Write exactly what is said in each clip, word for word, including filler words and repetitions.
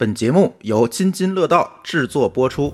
本节目由津津乐道制作播出。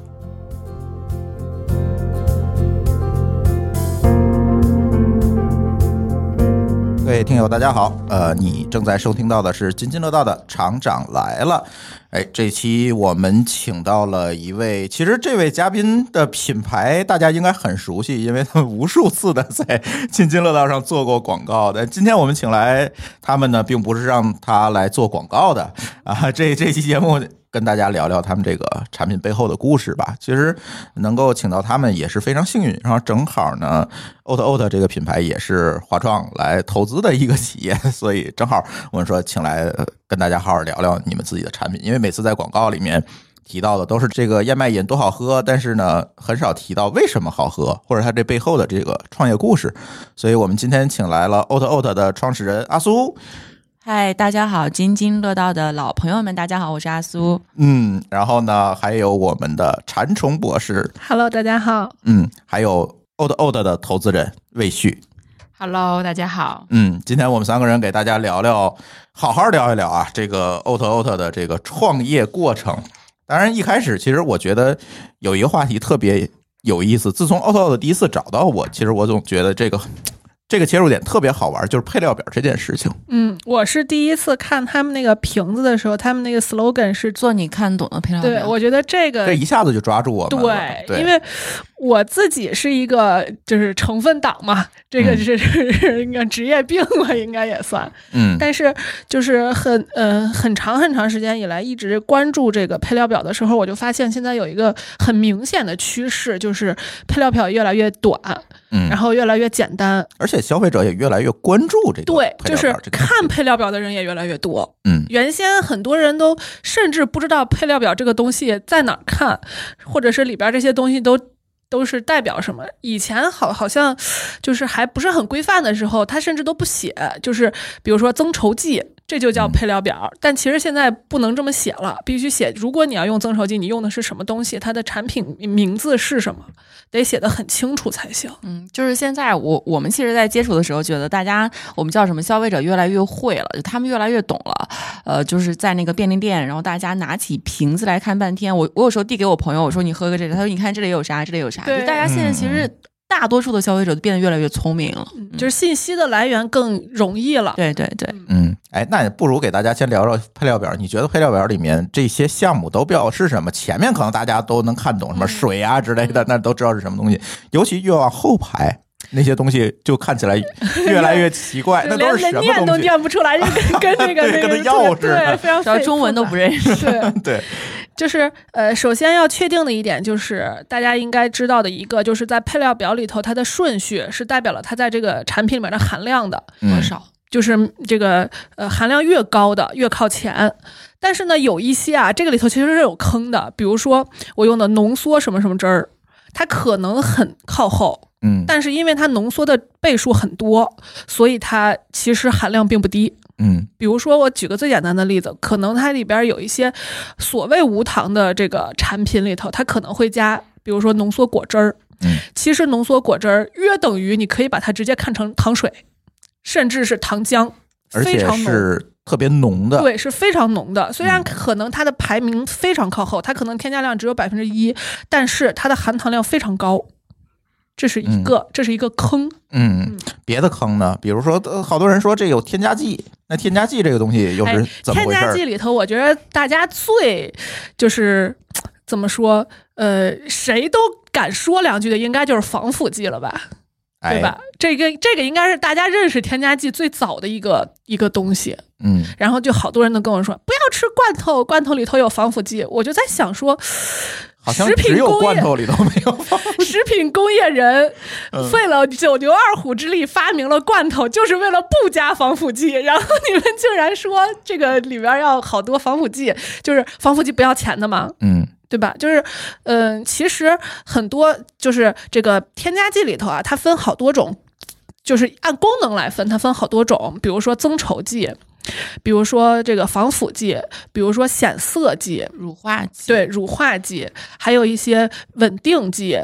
各位听友大家好，呃，你正在收听到的是津津乐道的厂长来了。哎，这期我们请到了一位，其实这位嘉宾的品牌大家应该很熟悉，因为他们无数次的在津津乐道上做过广告的。今天我们请来他们呢，并不是让他来做广告的啊，这这期节目跟大家聊聊他们这个产品背后的故事吧。其实能够请到他们也是非常幸运，然后正好呢 O T O T 这个品牌也是华创来投资的一个企业，所以正好我们说请来跟大家好好聊聊你们自己的产品。因为每次在广告里面提到的都是这个燕麦饮多好喝，但是呢很少提到为什么好喝，或者它这背后的这个创业故事。所以我们今天请来了 O T O T 的创始人阿苏。 嗨，大家好，津津乐道的老朋友们，大家好，我是阿苏。 嗯，然后呢，还有我们的馋虫博士。 Hello， 大家好。 嗯，还有 O T O T 的投资人魏旭。 Hello， 大家好。 嗯，今天我们三个人给大家聊聊，好好聊一聊啊，这个 O T O T 的这个创业过程。当然，一开始其实我觉得有一个话题特别有意思。自从 O T O T 第一次找到我，其实我总觉得这个。这个切入点特别好玩，就是配料表这件事情。 嗯，我是第一次看他们那个瓶子的时候，他们那个 slogan 是做你看懂的配料表。 对，我觉得这个这一下子就抓住我们了。 对， 对， 因为我自己是一个就是成分党嘛，这个是是应该职业病了，应该也算。嗯，但是就是很呃很长很长时间以来一直关注这个配料表的时候，我就发现现在有一个很明显的趋势，就是配料表越来越短。嗯，然后越来越简单， 而且消费者也越来越关注这个对，就是看配料表的人也越来越多。 嗯， 原先很多人都甚至不知道配料表这个东西在哪儿看，或者是里边这些东西都都是代表什么。以前好好像就是还不是很规范的时候，他甚至都不写，就是比如说增稠剂。这就叫配料表，但其实现在不能这么写了，必须写。如果你要用增稠剂，你用的是什么东西，它的产品名字是什么，得写得很清楚才行。 嗯，就是现在我我们其实在接触的时候，觉得大家我们叫什么消费者越来越会了，就他们越来越懂了。呃，就是在那个便利店，然后大家拿起瓶子来看半天。我我有时候递给我朋友，我说你喝个这个，他说你看这里有啥，这里有啥。就大家现在其实。大多数的消费者都变得越来越聪明了， 嗯、就是信息的来源更容易了。 对对对， 嗯，哎，那不如给大家先聊聊配料表。你觉得配料表里面这些项目都表示什么？前面可能大家都能看懂，什么水啊之类的，那都知道是什么东西。尤其越往后排，那些东西就看起来越来越奇怪，那都是什么东西？ 连念都念不出来，就跟跟那个那个钥匙， 对，非常主要中文都不认识。 对对。 就是呃，首先要确定的一点就是大家应该知道的一个，就是在配料表里头，它的顺序是代表了它在这个产品里面的含量的多少， 嗯、就是这个呃含量越高的越靠前。但是呢，有一些啊，这个里头其实是有坑的，比如说我用的浓缩什么什么汁儿，它可能很靠后， 嗯， 但是因为它浓缩的倍数很多，所以它其实含量并不低。 嗯， 比如说我举个最简单的例子，可能它里边有一些所谓无糖的这个产品里头，它可能会加比如说浓缩果汁儿。 嗯， 其实浓缩果汁儿约等于你可以把它直接看成糖水，甚至是糖浆，非常浓， 而且是特别浓的。 对，是非常浓的。虽然可能它的排名非常靠后，它可能添加量只有百分之一，但是它的含糖量非常高。这是一个、嗯，这是一个坑。 嗯，别的坑呢？比如说，呃、好多人说这有添加剂，那添加剂这个东西又是怎么回事？ 添加剂里头，我觉得大家最就是怎么说？呃，谁都敢说两句的，应该就是防腐剂了吧？对吧？ 哎、 这个这个应该是大家认识添加剂最早的一个一个东西。 嗯， 然后就好多人都跟我说，不要吃罐头，罐头里头有防腐剂。我就在想说。 好像只有罐头里头没有放。 食品工业人费了九牛二虎之力发明了罐头，就是为了不加防腐剂。然后你们竟然说这个里边要好多防腐剂，就是防腐剂不要钱的嘛？ 嗯， 对吧？就是嗯、呃，其实很多就是这个添加剂里头啊，它分好多种，就是按功能来分，它分好多种，比如说增稠剂。比如说这个防腐剂，比如说显色剂、 乳化剂， 对，乳化剂，还有一些稳定剂，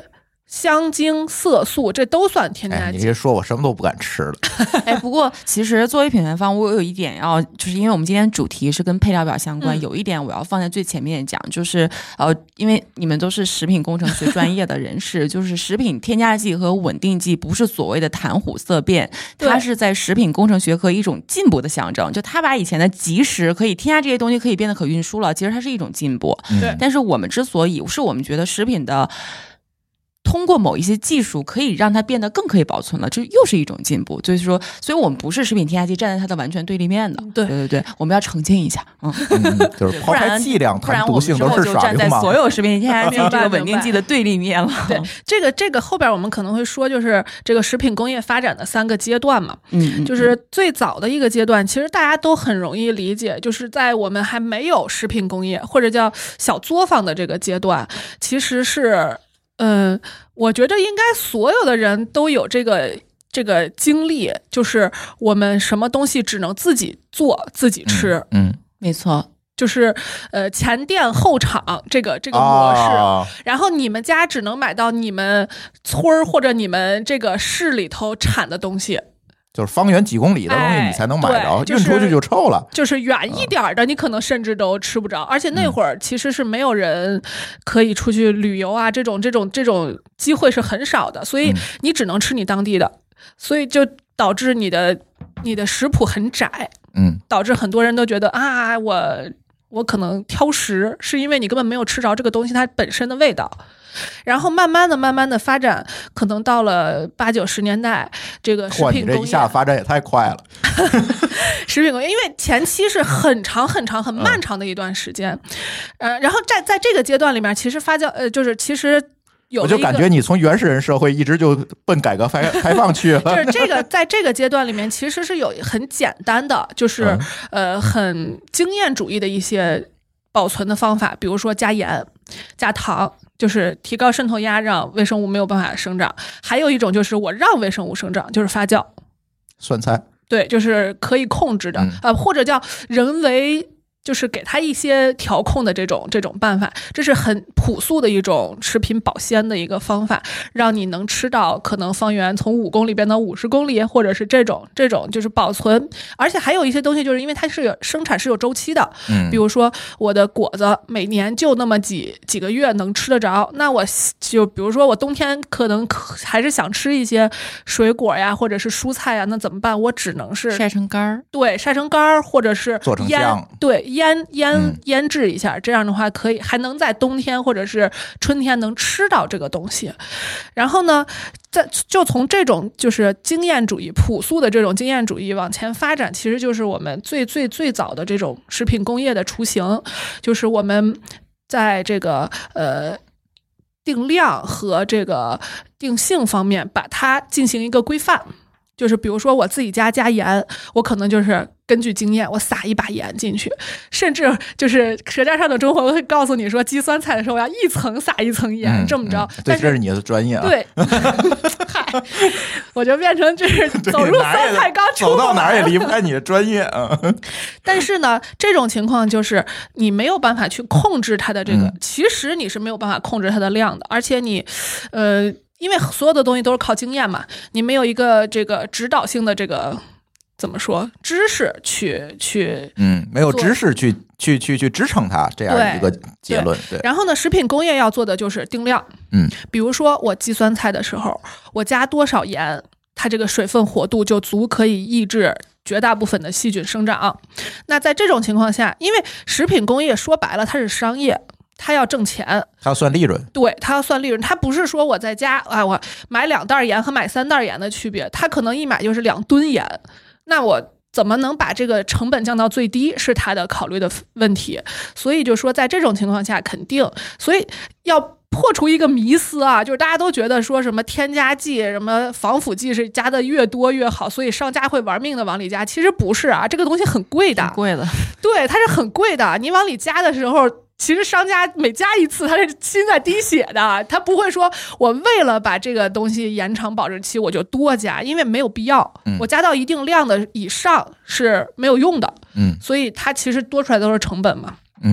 香精、色素，这都算添加哎， 剂。 你这说我什么都不敢吃了。 哎，不过其实作为品牌方，我有一点要，就是因为我们今天主题是跟配料表相关， 嗯、 有一点我要放在最前面讲，就是呃，因为你们都是食品工程学专业的人士，就是食品添加剂和稳定剂不是所谓的谈虎色变，它是在食品工程学科一种进步的象征。就它把以前的即食可以添加这些东西可以变得可运输了，其实它是一种进步。 对， 但是我们之所以是我们觉得食品的。通过某一些技术可以让它变得更可以保存了，这又是一种进步。所以说，所以我们不是食品添加剂站在它的完全对立面的。 对对对对，我们要澄清一下，嗯， 嗯就是抛开剂量谈毒性都是耍流氓。所有食品添加剂这个稳定剂的对立面了。 对，这个这个后边我们可能会说，就是这个食品工业发展的三个阶段嘛。 嗯， 就是最早的一个阶段，其实大家都很容易理解，就是在我们还没有食品工业或者叫小作坊的这个阶段，其实是。嗯，我觉得应该所有的人都有这个这个经历，就是我们什么东西只能自己做自己吃。 嗯，嗯没错， 就是呃前店后厂这个这个模式、 哦， 然后你们家只能买到你们村儿或者你们这个市里头产的东西。 就是方圆几公里的东西你才能买着， 哎就是、 运出去就臭了。 就是远一点的，你可能甚至都吃不着。而且那会儿其实是没有人可以出去旅游啊，这种这种这种机会是很少的，所以你只能吃你当地的，所以就导致你的你的食谱很窄， 嗯， 导致很多人都觉得啊，我我可能挑食，是因为你根本没有吃着这个东西它本身的味道。然后慢慢的、慢慢的发展，可能到了八九十年代，这个食品工业， 哇，你这一下发展也太快了。 食品工业，因为前期是很长、很长、很漫长的一段时间，嗯、呃，然后在在这个阶段里面，其实发酵，呃，就是其实。有我就感觉你从原始人社会一直就奔改革开开放去了。 就是这个，在这个阶段里面，其实是有很简单的，就是、嗯、呃很经验主义的一些保存的方法，比如说加盐、加糖，就是提高渗透压，让微生物没有办法生长。还有一种就是我让微生物生长，就是发酵。 酸菜， 对，就是可以控制的， 嗯、 呃，或者叫人为。就是给它一些调控的这种这种办法，这是很朴素的一种食品保鲜的一个方法，让你能吃到可能方圆从五公里变到五十公里，或者是这种这种就是保存。而且还有一些东西，就是因为它是有生产是有周期的， 嗯， 比如说我的果子每年就那么几几个月能吃得着，那我就比如说我冬天可能还是想吃一些水果呀，或者是蔬菜呀，那怎么办？我只能是晒成干儿， 对，晒成干儿，或者是做成酱， 对。腌腌嗯腌制一下，这样的话可以还能在冬天或者是春天能吃到这个东西。然后呢，在就从这种就是经验主义、朴素的这种经验主义往前发展，其实就是我们最最最早的这种食品工业的雏形，就是我们在这个呃定量和这个定性方面把它进行一个规范。就是比如说我自己家加盐，我可能就是根据经验，我撒一把盐进去，甚至就是《舌尖上的中国》会告诉你说，积酸菜的时候我要一层撒一层盐， 嗯、 这么着。 嗯、对，这是你的专业啊。 对，嗨，我就变成就是走入酸菜缸， 走到哪儿也离不开你的专业啊。 但是呢，这种情况就是你没有办法去控制它的这个， 嗯、 其实你是没有办法控制它的量的，而且你，呃。因为所有的东西都是靠经验嘛，你没有一个这个指导性的这个怎么说知识去去， 嗯，没有知识去去去去支撑它这样一个结论。对。 对然后呢，食品工业要做的就是定量， 嗯， 比如说我积酸菜的时候，我加多少盐，它这个水分活度就足可以抑制绝大部分的细菌生长。那在这种情况下，因为食品工业说白了它是商业。他要挣钱， 他要算利润， 对，他要算利润。他不是说我在家啊，我买两袋盐和买三袋盐的区别，他可能一买就是两吨盐，那我怎么能把这个成本降到最低，是他的考虑的问题。所以就说在这种情况下，肯定，所以要破除一个迷思啊，就是大家都觉得说什么添加剂、什么防腐剂是加的越多越好，所以商家会玩命的往里加。其实不是啊，这个东西很贵的， 很贵的， 对，它是很贵的。你往里加的时候。其实商家每加一次，他是心在滴血的，他不会说我为了把这个东西延长保质期，我就多加，因为没有必要。 嗯、 我加到一定量的以上是没有用的。 嗯， 所以它其实多出来都是成本嘛。 嗯，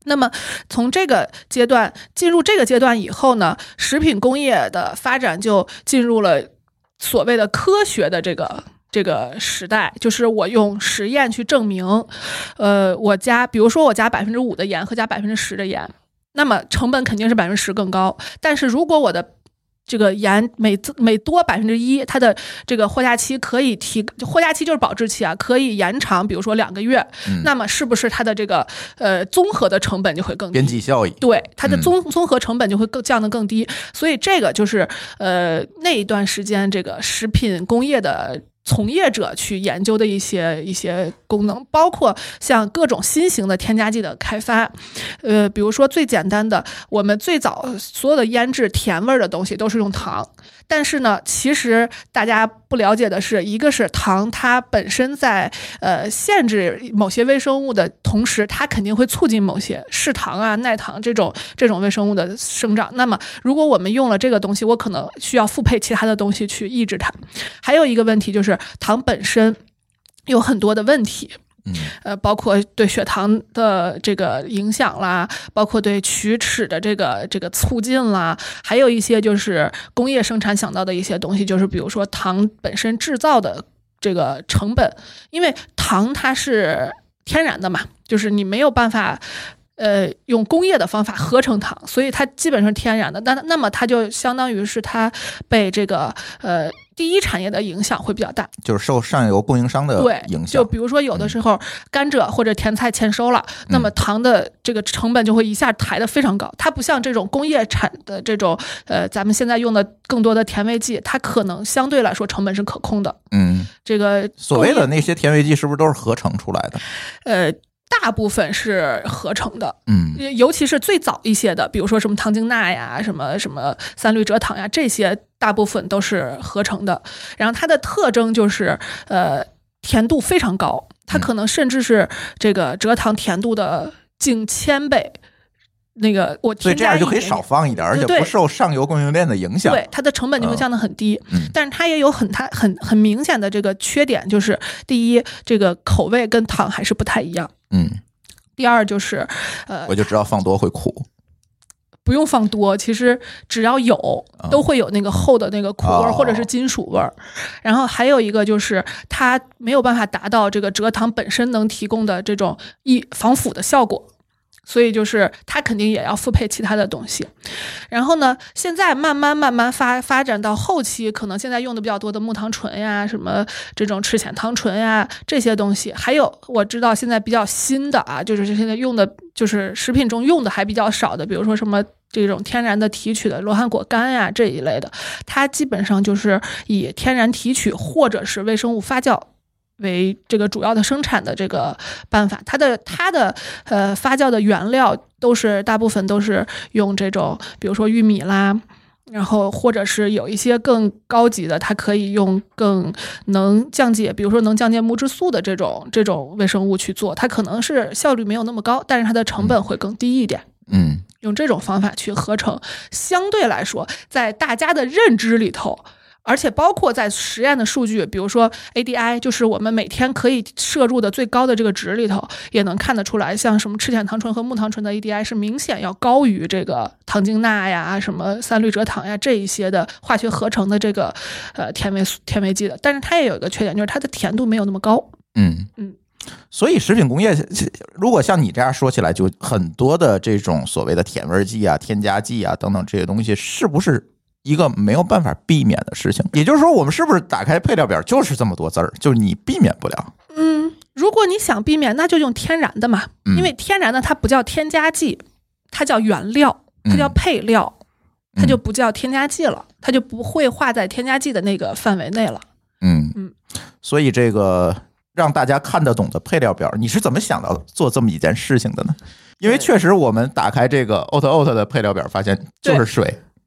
那么从这个阶段进入这个阶段以后呢，食品工业的发展就进入了所谓的科学的这个这个时代，就是我用实验去证明，呃，我加，比如说我加百分之五的盐和加百分之十的盐，那么成本肯定是百分之十更高。但是如果我的这个盐每每多百分之一，它的这个货架期可以提，货架期就是保质期啊，可以延长，比如说两个月，嗯、那么是不是它的这个呃综合的成本就会更低？ 边际效益， 对，它的综综合成本就会更降得更低。所以这个就是呃那一段时间这个食品工业的从业者去研究的一些一些功能，包括像各种新型的添加剂的开发，呃，比如说最简单的，我们最早所有的腌制甜味的东西都是用糖，但是呢，其实大家不了解的是，一个是糖它本身在呃限制某些微生物的同时，它肯定会促进某些嗜糖啊、耐糖这种这种微生物的生长。那么，如果我们用了这个东西，我可能需要复配其他的东西去抑制它。还有一个问题就是。糖本身有很多的问题，呃，包括对血糖的这个影响啦，包括对龋齿的这个这个促进啦，还有一些就是工业生产想到的一些东西，就是比如说糖本身制造的这个成本，因为糖它是天然的嘛，就是你没有办法。呃，用工业的方法合成糖，所以它基本上天然的。那那么它就相当于是它被这个呃第一产业的影响会比较大， 就是受上游供应商的影响。 就比如说有的时候甘蔗或者甜菜欠收了，嗯、那么糖的这个成本就会一下抬得非常高。它不像这种工业产的这种呃咱们现在用的更多的甜味剂，它可能相对来说成本是可控的。 嗯， 这个所谓的那些甜味剂是不是都是合成出来的？ 呃。大部分是合成的， 嗯， 尤其是最早一些的，比如说什么糖精钠呀、什么什么三氯蔗糖呀，这些大部分都是合成的。然后它的特征就是，呃，甜度非常高，它可能甚至是这个蔗糖甜度的近千倍。那个我所以这样就可以少放一点，而且不受上游供应链的影响。 对，它的成本就会降得很低。嗯，但是它也有很它很很明显的这个缺点，就是第一，这个口味跟糖还是不太一样。 嗯， 第二就是呃， 我就知道放多会苦。 不用放多，其实只要有都会有那个厚的那个苦味或者是金属味。哦、然后还有一个就是它没有办法达到这个蔗糖本身能提供的这种易防腐的效果。所以就是它肯定也要复配其他的东西，然后呢，现在慢慢慢慢发发展到后期，可能现在用的比较多的木糖醇呀，什么这种赤藓糖醇呀，这些东西，还有我知道现在比较新的啊，就是现在用的，就是食品中用的还比较少的，比如说什么这种天然的提取的罗汉果苷呀这一类的，它基本上就是以天然提取或者是微生物发酵为这个主要的生产的这个办法，它的它的呃发酵的原料都是大部分都是用这种，比如说玉米啦，然后或者是有一些更高级的，它可以用更能降解，比如说能降解木质素的这种这种微生物去做，它可能是效率没有那么高，但是它的成本会更低一点。 嗯， 用这种方法去合成，相对来说，在大家的认知里头。而且包括在实验的数据，比如说 A D I， 就是我们每天可以摄入的最高的这个值里头，也能看得出来，像什么赤藓糖醇和木糖醇的 A D I 是明显要高于这个糖精钠呀、什么三氯蔗糖呀这一些的化学合成的这个呃甜味甜味剂的。但是它也有一个缺点，就是它的甜度没有那么高。 嗯嗯。所以食品工业如果像你这样说起来，就很多的这种所谓的甜味剂啊、添加剂啊等等这些东西，是不是一个没有办法避免的事情？也就是说，我们是不是打开配料表就是这么多字儿，就是你避免不了？ 嗯，如果你想避免，那就用天然的嘛，嗯、因为天然的它不叫添加剂，它叫原料，它叫配料，嗯、它就不叫添加剂了，它就不会划在添加剂的那个范围内了。 嗯嗯，所以这个让大家看得懂的配料表，你是怎么想到做这么一件事情的呢？因为确实我们打开这个 O T O T 的配料表，发现就是水。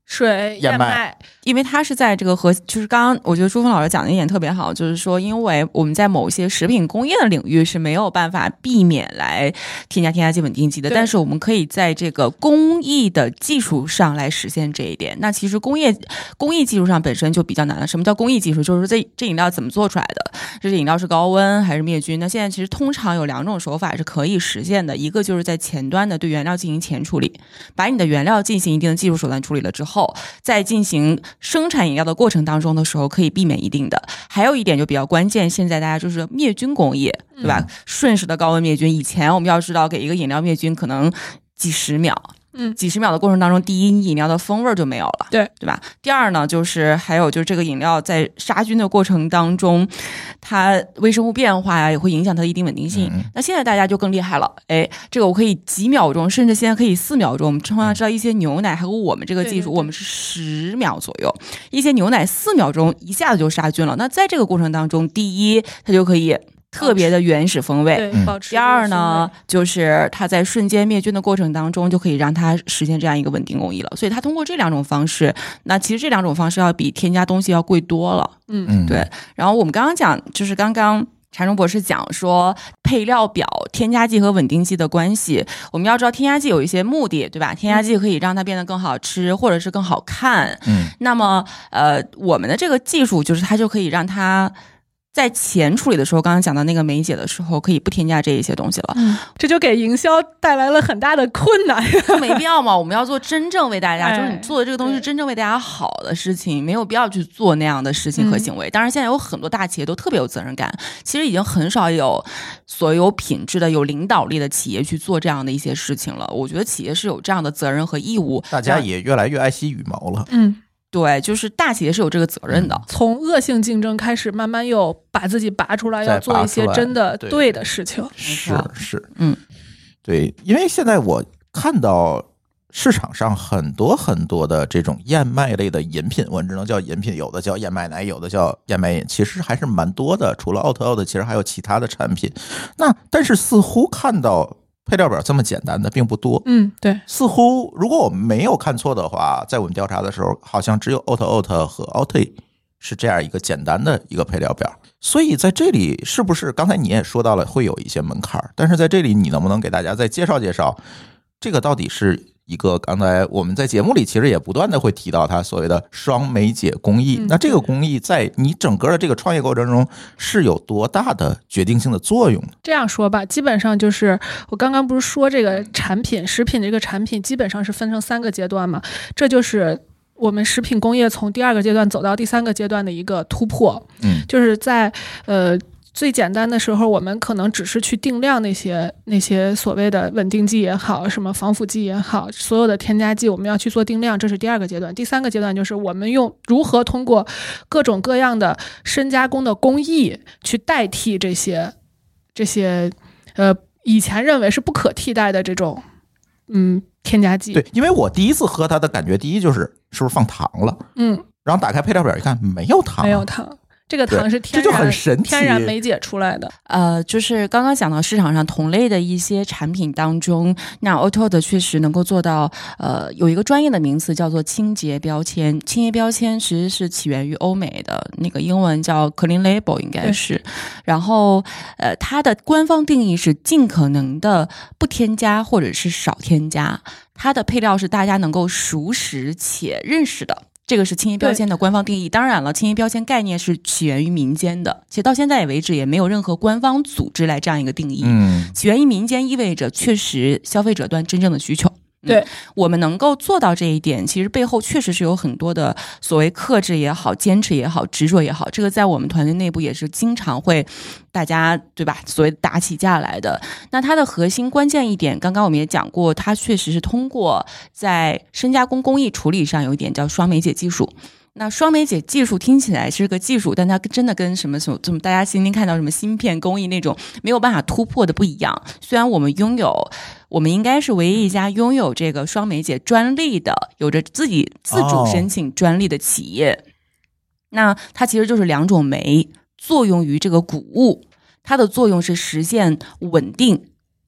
水、 燕麦燕麦， 因为它是在这个核，就是刚刚我觉得朱峰老师讲的一点特别好，就是说，因为我们在某些食品工业的领域是没有办法避免来添加添加剂稳定剂的，但是我们可以在这个工艺的技术上来实现这一点。那其实工业工艺技术上本身就比较难了。什么叫工艺技术？就是这这饮料怎么做出来的？这饮料是高温还是灭菌？那现在其实通常有两种手法是可以实现的，一个就是在前端的对原料进行前处理，把你的原料进行一定的技术手段处理了之后，在进行生产饮料的过程当中的时候可以避免一定的。还有一点就比较关键，现在大家就是灭菌工业，对吧？嗯、瞬时的高温灭菌，以前我们要知道给一个饮料灭菌可能几十秒。 嗯， 几十秒的过程当中，第一，饮料的风味就没有了， 对对吧？第二呢，就是还有就是这个饮料在杀菌的过程当中，它微生物变化呀也会影响它的一定稳定性。嗯、那现在大家就更厉害了，哎，这个我可以几秒钟，甚至现在可以四秒钟。我们通常知道一些牛奶，还有我们这个技术， 对对对， 我们是十秒左右，一些牛奶四秒钟一下子就杀菌了。那在这个过程当中，第一，它就可以特别的原始风味。 对，保持。 第二呢，就是它在瞬间灭菌的过程当中，就可以让它实现这样一个稳定工艺了。所以它通过这两种方式，那其实这两种方式要比添加东西要贵多了。 嗯， 对。然后我们刚刚讲，就是刚刚禅中博士讲说配料表添加剂和稳定剂的关系，我们要知道添加剂有一些目的，对吧？添加剂可以让它变得更好吃，或者是更好看。 嗯， 那么呃，我们的这个技术就是它就可以让它在前处理的时候，刚刚讲到那个梅姐的时候，可以不添加这一些东西了。 嗯，这就给营销带来了很大的困难。 没必要嘛，我们要做真正为大家， 哎、 就是你做的这个东西是真正为大家好的事情，没有必要去做那样的事情和行为。嗯、当然，现在有很多大企业都特别有责任感，其实已经很少有所有品质的、有领导力的企业去做这样的一些事情了。我觉得企业是有这样的责任和义务， 大家也越来越爱惜羽毛了。 嗯。 对，就是大企业是有这个责任的。 从恶性竞争开始，慢慢又把自己拔出来，要做一些真的对的事情。 是是， 嗯， 对，因为现在我看到市场上很多很多的这种燕麦类的饮品，我只能叫饮品，有的叫燕麦奶，有的叫燕麦饮，其实还是蛮多的。除了奥特奥的，其实还有其他的产品。那但是似乎看到配料表这么简单的并不多。 嗯，对， 似乎如果我们没有看错的话，在我们调查的时候，好像只有 Oat Oat 和 Oatly 是这样一个简单的一个配料表。所以在这里，是不是刚才你也说到了会有一些门槛？但是在这里，你能不能给大家再介绍介绍，这个到底是一个刚才我们在节目里其实也不断的会提到它所谓的双梅解工艺。 嗯、 那这个工艺在你整个的这个创业过程中是有多大的决定性的作用？ 这样说吧，基本上就是我刚刚不是说这个产品食品这个产品基本上是分成三个阶段嘛，这就是我们食品工业从第二个阶段走到第三个阶段的一个突破。 嗯， 就是在呃最简单的时候，我们可能只是去定量那些那些所谓的稳定剂也好，什么防腐剂也好，所有的添加剂我们要去做定量，这是第二个阶段。第三个阶段就是我们用如何通过各种各样的深加工的工艺去代替这些这些呃以前认为是不可替代的这种嗯添加剂。 对，因为我第一次喝它的感觉，第一就是是不是放糖了？ 嗯， 然后打开配料表一看，没有糖， 没有糖。这个糖是天然， 这就很神奇， 天然梅解出来的。 呃，就是刚刚讲到市场上同类的一些产品当中，那 Oat Oat 确实能够做到，呃，有一个专业的名词叫做清洁标签。清洁标签其实是起源于欧美的，那个英文叫 Clean Label 应该是。然后，呃，它的官方定义是尽可能的不添加或者是少添加，它的配料是大家能够熟识且认识的。这个是清洁标签的官方定义。当然了，清洁标签概念是起源于民间的，其实到现在为止也没有任何官方组织来这样一个定义。 嗯， 起源于民间意味着确实消费者端真正的需求。 对、 嗯，我们能够做到这一点，其实背后确实是有很多的所谓克制也好、坚持也好、执着也好，这个在我们团队内部也是经常会大家对吧，所谓打起架来的。那它的核心关键一点，刚刚我们也讲过，它确实是通过在深加工工艺处理上有一点叫双梅解技术。那双梅解技术听起来是个技术，但它真的跟什么什么，大家今天看到什么芯片工艺那种没有办法突破的不一样。虽然我们拥有，我们应该是唯一一家拥有这个双梅解专利的，有着自己自主申请专利的企业。Oh. 那它其实就是两种酶作用于这个谷物，它的作用是实现稳定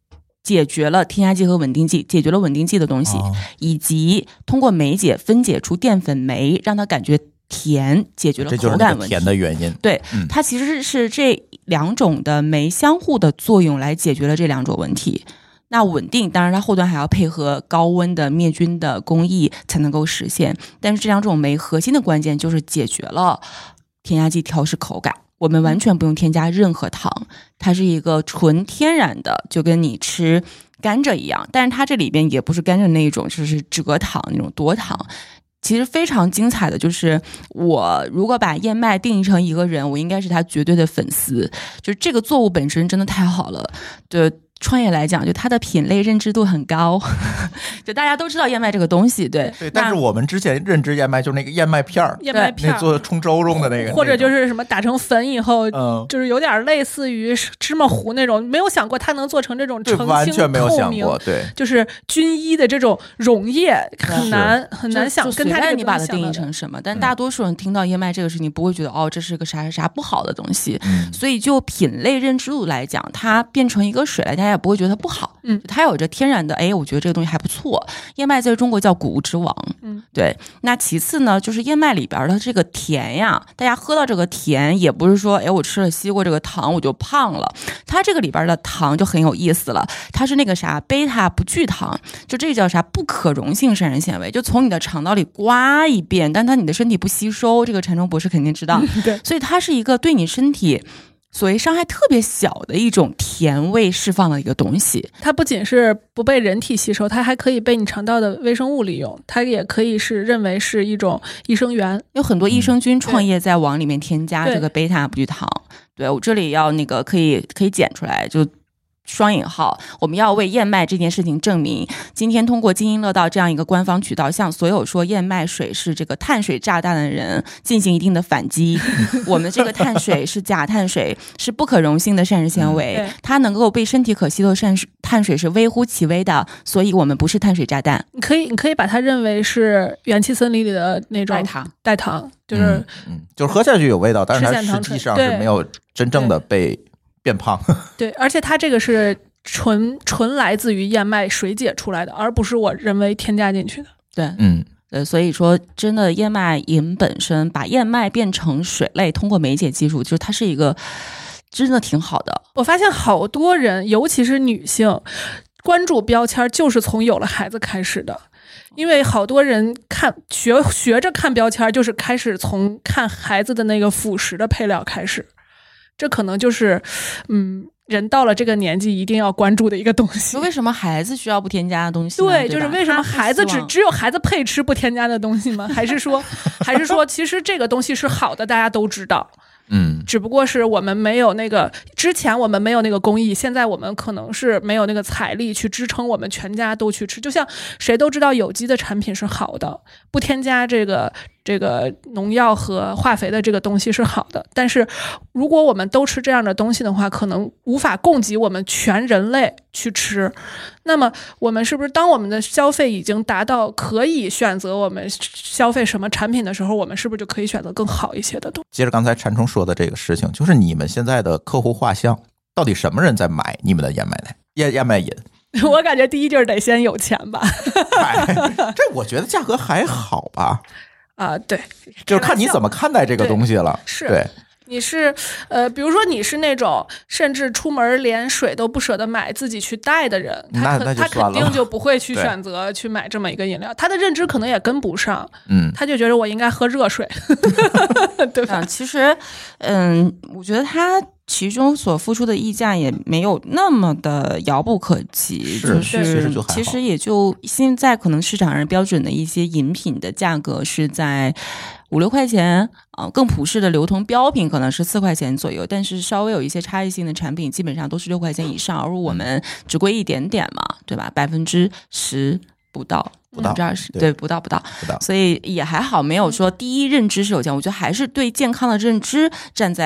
解决了添加剂和稳定剂，解决了稳定剂的东西， 哦、 以及通过酶解分解出淀粉酶，让它感觉甜，解决了口感问题。这就是那个甜的原因。 对、 嗯， 它其实是这两种的酶相互的作用来解决了这两种问题。那稳定当然它后端还要配合高温的灭菌的工艺才能够实现，但是这两种酶核心的关键就是解决了添加剂调试口感，我们完全不用添加任何糖，它是一个纯天然的，就跟你吃甘蔗一样，但是它这里边也不是甘蔗那一种就是蔗糖那种多糖。其实非常精彩的就是，我如果把燕麦定义成一个人，我应该是他绝对的粉丝。就是这个作物本身真的太好了，对创业来讲，就它的品类认知度很高，就大家都知道燕麦这个东西，对对。但是我们之前认知燕麦就是那个燕麦片儿， 燕麦片那做冲粥用的那个， 或者就是什么打成粉以后， 嗯， 就是有点类似于芝麻糊那种，没有想过它能做成这种澄清完全没有想透明， 过，对， 就是均一的这种溶液，很难很难想跟它这个你把它定义成什么，但大多数人听到燕麦这个事情不会觉得哦这是个啥啥啥不好的东西， 嗯， 所以就品类认知度来讲，它变成一个水来，大家也不会觉得它不好。 嗯， 它有着天然的，哎，我觉得这个东西还不错。燕麦在中国叫谷物之王， 嗯， 对。那其次呢，就是燕麦里边的这个甜呀，大家喝到这个甜，也不是说，哎，我吃了西瓜这个糖我就胖了。它这个里边的糖就很有意思了，它是那个啥贝塔不聚糖，就这叫啥不可溶性膳食纤维，就从你的肠道里刮一遍，但它你的身体不吸收，这个陈忠博士肯定知道， 嗯、对， 所以它是一个对你身体所谓伤害特别小的一种甜味释放的一个东西。 它不仅是不被人体吸收，它还可以被你肠道的微生物利用，它也可以是认为是一种益生元。 有很多益生菌创业在往里面添加这个贝塔不聚糖。对，我这里要那个可以可以剪出来，就双引号，我们要为燕麦这件事情证明。今天通过津津乐道这样一个官方渠道，向所有说燕麦水是这个碳水炸弹的人进行一定的反击。我们这个碳水是假碳水，是不可溶性的膳食纤维， 嗯、 它能够被身体可吸收的碳水是微乎其微的，所以我们不是碳水炸弹。 你可以，你可以把它认为是元气森林里的那种代糖， 代糖就是、 嗯嗯，就是喝下去有味道，但是它实际上是没有真正的被变胖。 对，而且它这个是纯纯来自于燕麦水解出来的，而不是我人为添加进去的。 对， 嗯， 对，所以说真的燕麦饮本身把燕麦变成水类，通过酶解技术，就是它是一个真的挺好的。 我发现好多人，尤其是女性，关注标签就是从有了孩子开始的。因为好多人看学学着看标签，就是开始从看孩子的那个辅食的配料开始。这可能就是，嗯，人到了这个年纪一定要关注的一个东西。 为什么孩子需要不添加的东西呢？ 对， 对， 就是为什么孩子只只有孩子配吃不添加的东西吗？还是说，还是说，其实这个东西是好的，大家都知道。 嗯， 只不过是我们没有那个，之前我们没有那个工艺，现在我们可能是没有那个财力去支撑我们全家都去吃。就像谁都知道有机的产品是好的，不添加这个这个农药和化肥的这个东西是好的，但是如果我们都吃这样的东西的话，可能无法供给我们全人类去吃。那么我们是不是当我们的消费已经达到可以选择我们消费什么产品的时候，我们是不是就可以选择更好一些的东西？ 接着刚才禅冲说的这个事情，就是你们现在的客户画像到底什么人在买你们的燕麦奶燕燕麦饮？ 我感觉第一就是得先有钱吧。 这我觉得价格还好吧。 啊、呃，对， 就是看你怎么看待这个东西了。 是， 对， 你是呃，比如说你是那种甚至出门连水都不舍得买，自己去带的人，他可他肯定就不会去选择去买这么一个饮料，他的认知可能也跟不上， 嗯， 他就觉得我应该喝热水，对吧？ 其实，嗯，我觉得他其中所付出的溢价也没有那么的遥不可及， 是就是其实就还好其实也就现在可能市场上标准的一些饮品的价格是在五六块钱啊、呃，更普适的流通标品可能是四块钱左右，但是稍微有一些差异性的产品基本上都是六块钱以上，而我们只贵一点点嘛，对吧？百分之十不到。 不到二十， 对， 对，不到不到， 不到， 所以也还好，没有说第一认知是有钱，我觉得还是对健康的认知站在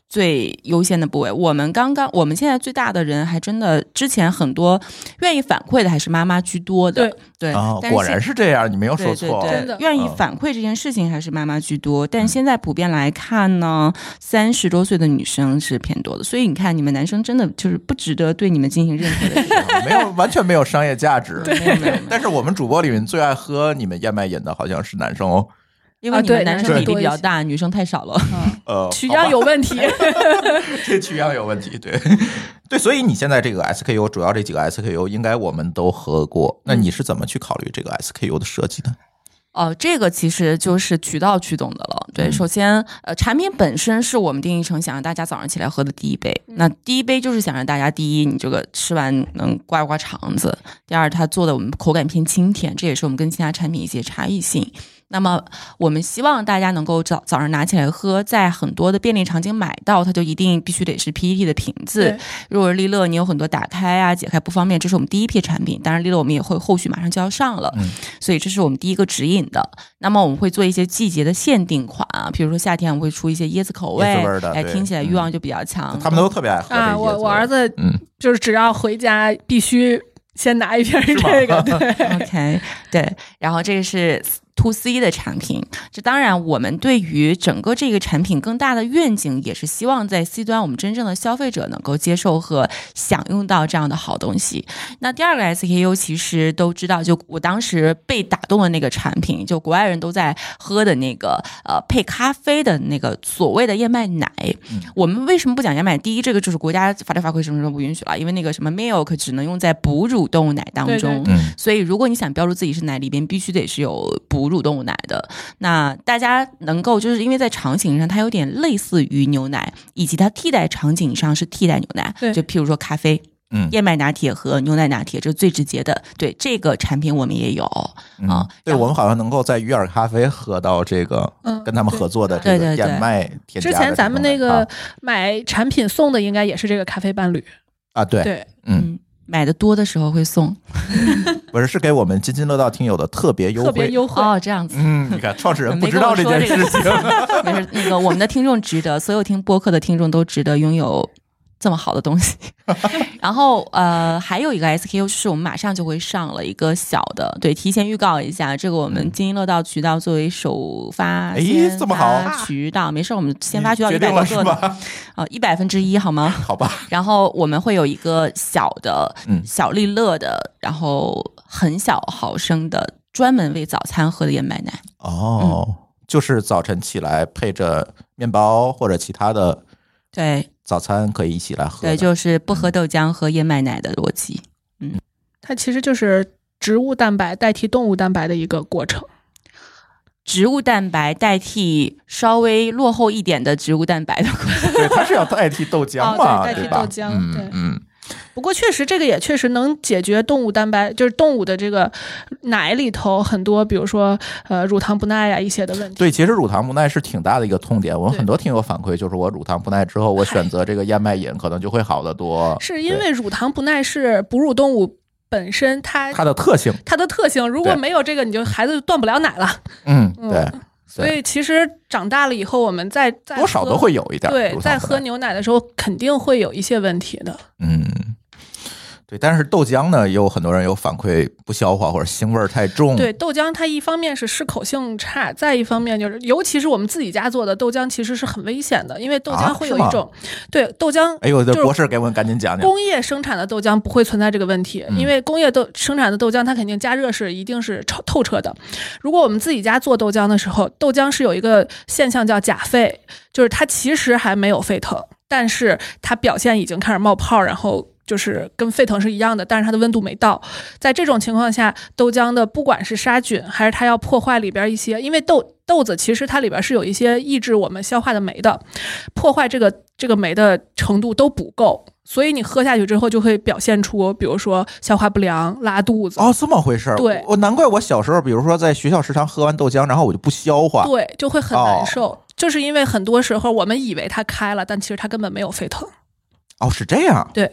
最优先的部位。我们刚刚我们现在最大的人还真的之前很多愿意反馈的还是妈妈居多的， 对对、 哦， 但是果然是这样，你没有说错， 对对对真的愿意反馈这件事情还是妈妈居多，但现在普遍来看呢，三十多岁的女生是偏多的，所以你看你们男生真的就是不值得对你们进行任何的没有完全没有商业价值。 没有没有没有但是我们主播里面最爱喝你们燕麦饮的好像是男生哦。 因为你们男生比例比较啊对大，女生太少了。 呃， 取样有问题， 这取样有问题，对对，所以你现在这个 S K U 主要这几个 S K U 应该我们都喝过，那你是怎么去考虑这个 S K U 的设计的？ 哦，这个其实就是渠道驱动的了。对， 嗯、 首先，呃，产品本身是我们定义成想让大家早上起来喝的第一杯。 嗯、 那第一杯就是想让大家，第一，你这个吃完能刮一刮肠子；第二，它做的我们口感偏清甜，这也是我们跟其他产品一些差异性。那么我们希望大家能够早早上拿起来喝，在很多的便利场景买到，它就一定必须得是 P E T 的瓶子。如果是利乐，你有很多打开啊、解开不方便，这是我们第一批产品。当然，利乐我们也会后续马上就要上了， 嗯、 所以这是我们第一个指引的。那么我们会做一些季节的限定款啊，比如说夏天我们会出一些椰子口味， 椰子味的， 哎，听起来欲望就比较强。 嗯、他们都特别爱喝啊，我我儿子嗯，就是只要回家必须先拿一瓶这个，对 ，OK， 对，然后这个是to C 的产品，这当然我们对于整个这个产品更大的愿景也是希望在 C 端我们真正的消费者能够接受和享用到这样的好东西。那第二个 S K U 其实都知道，就我当时被打动的那个产品，就国外人都在喝的那个呃配咖啡的那个所谓的燕麦奶、嗯、我们为什么不讲燕麦？第一，这个就是国家法律法规什么什么不允许了，因为那个什么 milk 只能用在哺乳动物奶当中， 对对所以如果你想标注自己是奶，里边必须得是有哺乳动物奶的。那大家能够就是因为在场景上它有点类似于牛奶，以及它替代场景上是替代牛奶，就譬如说咖啡， 嗯， 燕麦拿铁和牛奶拿铁，这是最直接的。对，这个产品我们也有啊、 嗯。对，我们好像能够在鱼饵咖啡喝到这个，嗯，跟他们合作的这个燕麦添加的。 之前咱们那个买产品送的应该也是这个咖啡伴侣啊，对对， 嗯。买的多的时候会送， 不是，是给我们津津乐道听友的特别优惠， 特别优惠哦，这样子。 嗯，你看创始人不知道这件事情， 没事，那个我们的听众值得，所有听播客的听众都值得拥有这么好的东西。然后呃，还有一个 S K U 是我们马上就会上了一个小的，对，提前预告一下，这个我们津津乐道渠道作为首发哎，这么好渠道，没事，我们先发渠道一百多个的啊，一百分之一好吗？ 好吧。 然后我们会有一个小的、嗯、小利乐的，然后很小毫升的，专门为早餐喝的燕麦奶。 哦、嗯，就是早晨起来配着面包或者其他的。 对， 早餐可以一起来喝。 对，就是不喝豆浆，喝燕麦奶的逻辑。嗯， 它其实就是植物蛋白代替动物蛋白的一个过程。 植物蛋白代替稍微落后一点的植物蛋白的过程。 对，它是要代替豆浆嘛， 哦、对，代替豆浆。 嗯、 对， 嗯。 不过确实这个也确实能解决动物蛋白，就是动物的这个奶里头很多比如说呃乳糖不耐啊一些的问题。 对，其实乳糖不耐是挺大的一个痛点，我们很多听友反馈就是我乳糖不耐之后我选择这个燕麦饮可能就会好得多。 是因为乳糖不耐是哺乳动物本身它它的特性， 它的特性如果没有这个你就孩子就断不了奶了。 嗯，对。嗯， 所以其实长大了以后我们再再多少都会有一点， 对，在喝牛奶的时候肯定会有一些问题的。 嗯，对，但是豆浆呢，也有很多人有反馈不消化或者腥味太重。 对，豆浆它一方面是适口性差，再一方面就是尤其是我们自己家做的豆浆其实是很危险的，因为豆浆会有一种、啊、对豆浆哎呦，这博士给我们赶紧讲讲。 工业生产的豆浆不会存在这个问题、嗯、因为工业豆生产的豆浆它肯定加热是一定是透彻的。如果我们自己家做豆浆的时候，豆浆是有一个现象叫假沸，就是它其实还没有沸腾，但是它表现已经开始冒泡，然后就是跟沸腾是一样的，但是它的温度没到。在这种情况下，豆浆的不管是杀菌还是它要破坏里边一些，因为豆豆子其实它里边是有一些抑制我们消化的酶的，破坏这个这个酶的程度都不够，所以你喝下去之后就会表现出比如说消化不良、拉肚子。 哦，这么回事。 对， 我难怪我小时候比如说在学校食堂喝完豆浆然后我就不消化， 对，就会很难受、 哦、 就是因为很多时候我们以为它开了，但其实它根本没有沸腾。 哦，是这样。 对，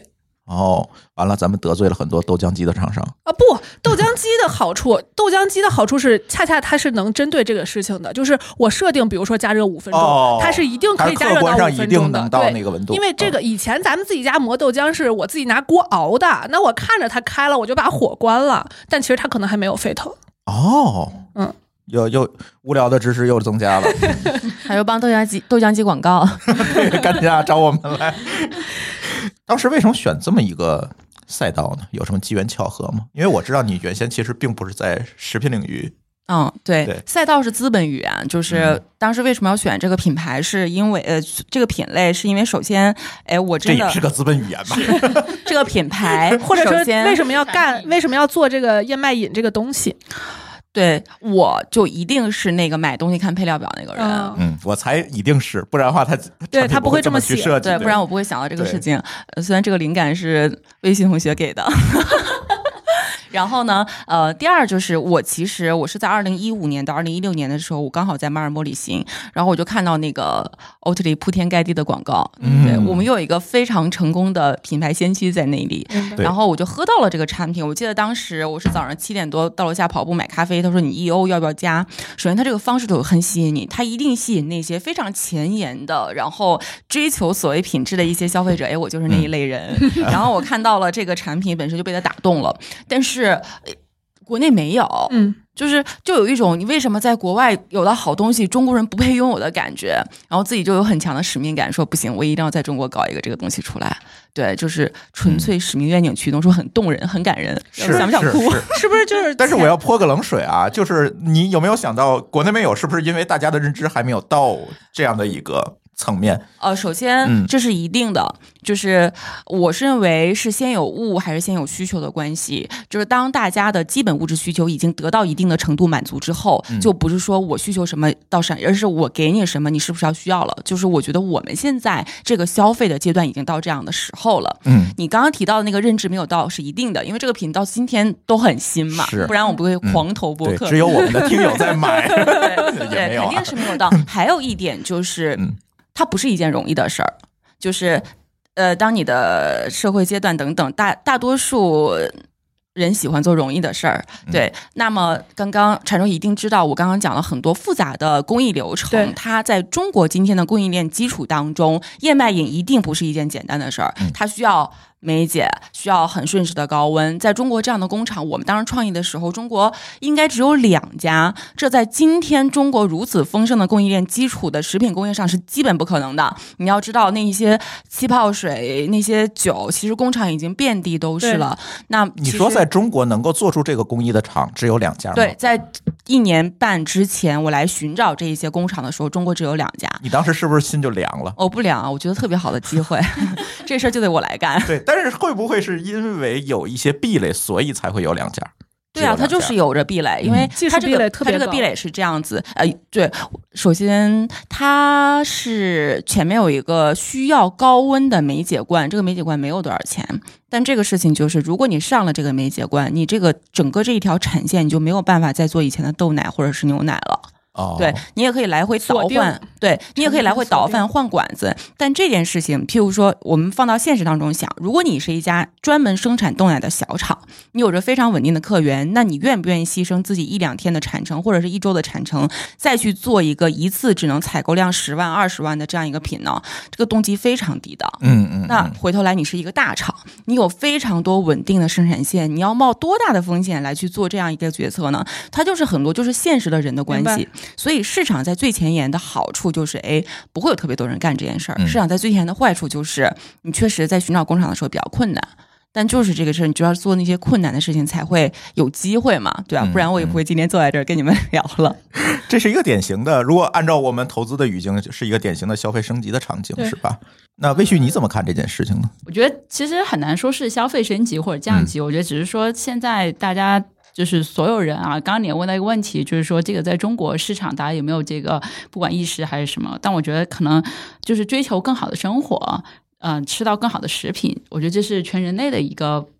哦，完了，咱们得罪了很多豆浆机的厂商啊！不，豆浆机的好处，豆浆机的好处是，恰恰它是能针对这个事情的。就是我设定，比如说加热五分钟， 哦、 它是一定可以加热到五分钟的， 到那个温度。 因为这个以前咱们自己家磨豆浆是我自己拿锅熬的，那我看着它开了，我就把火关了，但其实它可能还没有沸腾。 哦， 嗯。 又又无聊的知识又增加了， 还有帮豆浆机豆浆机广告， 对，赶紧啊找我们来。当时为什么选这么一个赛道呢？有什么机缘巧合吗？因为我知道你原先其实并不是在食品领域。 嗯，对， 对， 赛道是资本语言，就是当时为什么要选这个品牌，是因为呃，这个品类是因为首先，哎，我真的这也是个资本语言吧？ 这个品牌， 或者说为什么要干，为什么要做这个燕麦饮这个东西？ 对，我就一定是那个买东西看配料表那个人。 嗯， 嗯我才一定是，不然的话他对他不会这么写， 去设计， 对，不然我不会想到这个事情。虽然这个灵感是微信同学给的。然后呢，呃，第二就是我其实我是在二零一五年到二零一六年的时候，我刚好在马尔默里行，然后我就看到那个欧特里铺天盖地的广告， 嗯， 对我们有一个非常成功的品牌先驱在那里，然后我就喝到了这个产品。我记得当时我是早上七点多到楼下跑步买咖啡，他说你 E O 要不要加？首先他这个方式就很吸引你，他一定吸引那些非常前沿的，然后追求所谓品质的一些消费者。哎，我就是那一类人。嗯、然后我看到了这个产品本身就被他打动了，但是。国内没有， 嗯， 就是就有一种你为什么在国外有了好东西，中国人不配拥有的感觉，然后自己就有很强的使命感，说不行，我一定要在中国搞一个这个东西出来。对，就是纯粹使命愿景驱动，说很动人，很感人， 是想不想哭？ 是, 是, 是不是就是？ 但是我要泼个冷水啊，就是你有没有想到国内没有，是不是因为大家的认知还没有到这样的一个层面？ 呃，首先这是一定的，嗯、就是我是认为是先有物还是先有需求的关系。就是当大家的基本物质需求已经得到一定的程度满足之后，嗯、就不是说我需求什么到什么，而是我给你什么，你是不是要需要了？就是我觉得我们现在这个消费的阶段已经到这样的时候了。 嗯， 你刚刚提到的那个认知没有到是一定的，因为这个品到今天都很新嘛，不然我不会狂投播客。 嗯、只有我们的听友在买， 对对， 肯定是没有到。还有一点就是。嗯它不是一件容易的事儿，就是，呃，当你的社会阶段等等，大大多数人喜欢做容易的事儿，对。嗯、那么刚刚产中一定知道，我刚刚讲了很多复杂的工艺流程，它在中国今天的供应链基础当中，燕麦饮一定不是一件简单的事儿，它需要。梅姐需要很瞬时的高温，在中国这样的工厂，我们当时创业的时候，中国应该只有两家，这在今天中国如此丰盛的供应链基础的食品工业上是基本不可能的。你要知道，那一些气泡水、那些酒，其实工厂已经遍地都是了。那你说在中国能够做出这个工艺的厂只有两家吗？ 对，在一年半之前，我来寻找这一些工厂的时候，中国只有两家。 你当时是不是心就凉了？ 哦，不凉啊，我觉得特别好的机会，这事儿就得我来干。 对。但是会不会是因为有一些壁垒，所以才会有两家？ 对啊，它就是有着壁垒，因为它这个、嗯、它这个壁垒是这样子，呃，对，首先它是前面有一个需要高温的梅解罐，这个梅解罐没有多少钱，但这个事情就是，如果你上了这个梅解罐，你这个整个这一条产线你就没有办法再做以前的豆奶或者是牛奶了。 哦、 对，你也可以来回倒换，对你也可以来回倒换换管子，但这件事情，譬如说，我们放到现实当中想，如果你是一家专门生产豆奶的小厂，你有着非常稳定的客源，那你愿不愿意牺牲自己一两天的产程或者是一周的产程，再去做一个一次只能采购量十万、二十万的这样一个品呢？这个动机非常低的。 嗯嗯。 那回头来，你是一个大厂，你有非常多稳定的生产线，你要冒多大的风险来去做这样一个决策呢？它就是很多就是现实的人的关系。所以市场在最前沿的好处就是，哎，不会有特别多人干这件事儿。市场在最前沿的坏处就是，你确实在寻找工厂的时候比较困难。但就是这个事儿，你就要做那些困难的事情才会有机会嘛，对吧、啊？不然我也不会今天坐在这儿跟你们聊了。 这是一个典型的，如果按照我们投资的语境，是一个典型的消费升级的场景，是吧？那魏旭你怎么看这件事情呢？ 我觉得其实很难说是消费升级或者降级，嗯、我觉得只是说现在大家。就是所有人啊，刚刚你也问到一个问题，就是说这个在中国市场大家有没有这个不管意识还是什么？但我觉得可能就是追求更好的生活，嗯、呃，吃到更好的食品，我觉得这是全人类的一个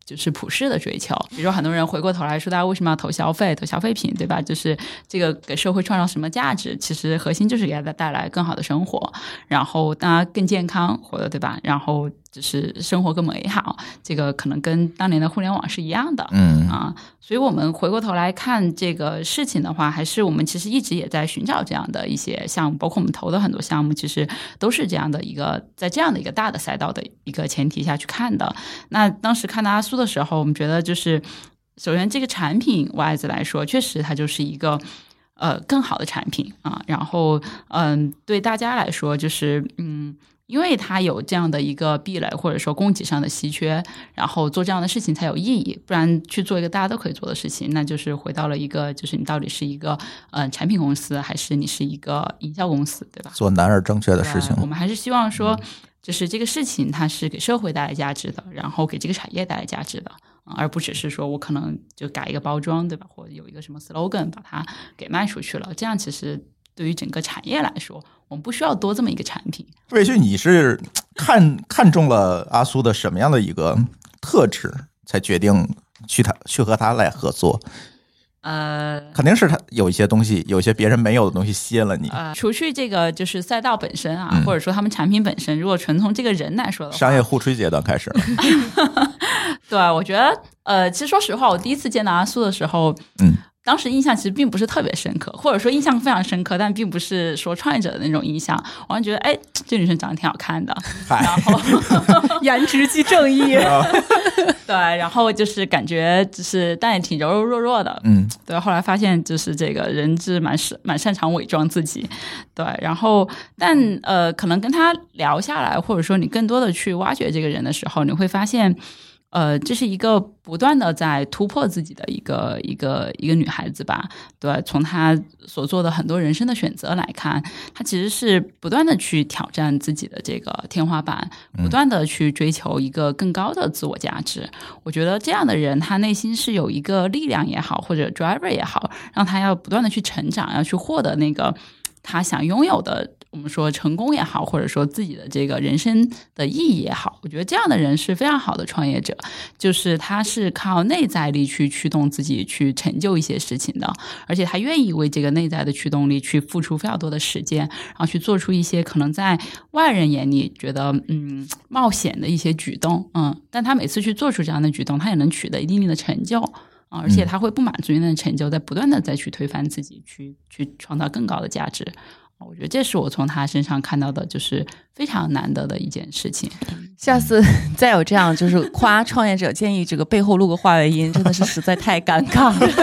就是普世的追求。比如说很多人回过头来说，大家为什么要投消费投消费品，对吧？就是这个给社会创造什么价值，其实核心就是给大家带来更好的生活，然后大家更健康活的，对吧？然后就是生活更美好，这个可能跟当年的互联网是一样的。 嗯啊，所以我们回过头来看这个事情的话，还是我们其实一直也在寻找这样的一些项目，包括我们投的很多项目其实都是这样的一个在这样的一个大的赛道的一个前提下去看的。那当时看到阿苏的时候，我们觉得就是首先这个产品 wise 来说，确实它就是一个呃更好的产品啊，然后嗯、呃、对大家来说就是嗯因为它有这样的一个壁垒或者说供给上的稀缺，然后做这样的事情才有意义，不然去做一个大家都可以做的事情，那就是回到了一个就是你到底是一个呃产品公司还是你是一个营销公司，对吧？ 做难而正确的事情。 我们还是希望说就是这个事情它是给社会带来价值的，然后给这个产业带来价值的，而不只是说我可能就改一个包装，对吧？或者有一个什么 slogan 把它给卖出去了，这样其实对于整个产业来说，我们不需要多这么一个产品。 魏旭，你是看看中了阿苏的什么样的一个特质，才决定去他去和他来合作？ 呃， 肯定是他有一些东西，有一些别人没有的东西吸引了你。 呃，除去这个就是赛道本身啊， 嗯、 或者说他们产品本身，如果纯从这个人来说的话， 商业互吹阶段开始了。 对，我觉得呃，其实说实话，我第一次见到阿苏的时候， 嗯。 当时印象其实并不是特别深刻，或者说印象非常深刻，但并不是说创业者的那种印象。我还觉得，哎，这女生长得挺好看的，然后颜值即正义， 对，然后就是感觉就是但也挺柔柔弱弱的， 嗯， 对。后来发现就是这个人是蛮是蛮擅长伪装自己，对。然后但呃，可能跟他聊下来，或者说你更多的去挖掘这个人的时候，你会发现。呃，这是一个不断的在突破自己的一个一个一个女孩子吧，对，从她所做的很多人生的选择来看，她其实是不断的去挑战自己的这个天花板，不断的去追求一个更高的自我价值。嗯、我觉得这样的人，他内心是有一个力量也好，或者 driver 也好，让他要不断的去成长，要去获得那个他想拥有的。我们说成功也好，或者说自己的这个人生的意义也好，我觉得这样的人是非常好的创业者，就是他是靠内在力去驱动自己去成就一些事情的，而且他愿意为这个内在的驱动力去付出非常多的时间，然后去做出一些可能在外人眼里觉得嗯冒险的一些举动，嗯，但他每次去做出这样的举动，他也能取得一定的成就。啊，而且他会不满足于那个成就，在不断的再去推翻自己，去去创造更高的价值。我觉得这是我从他身上看到的，就是非常难得的一件事情。 下次再有这样就是夸创业者，建议这个背后录个话外音，真的是实在太尴尬了。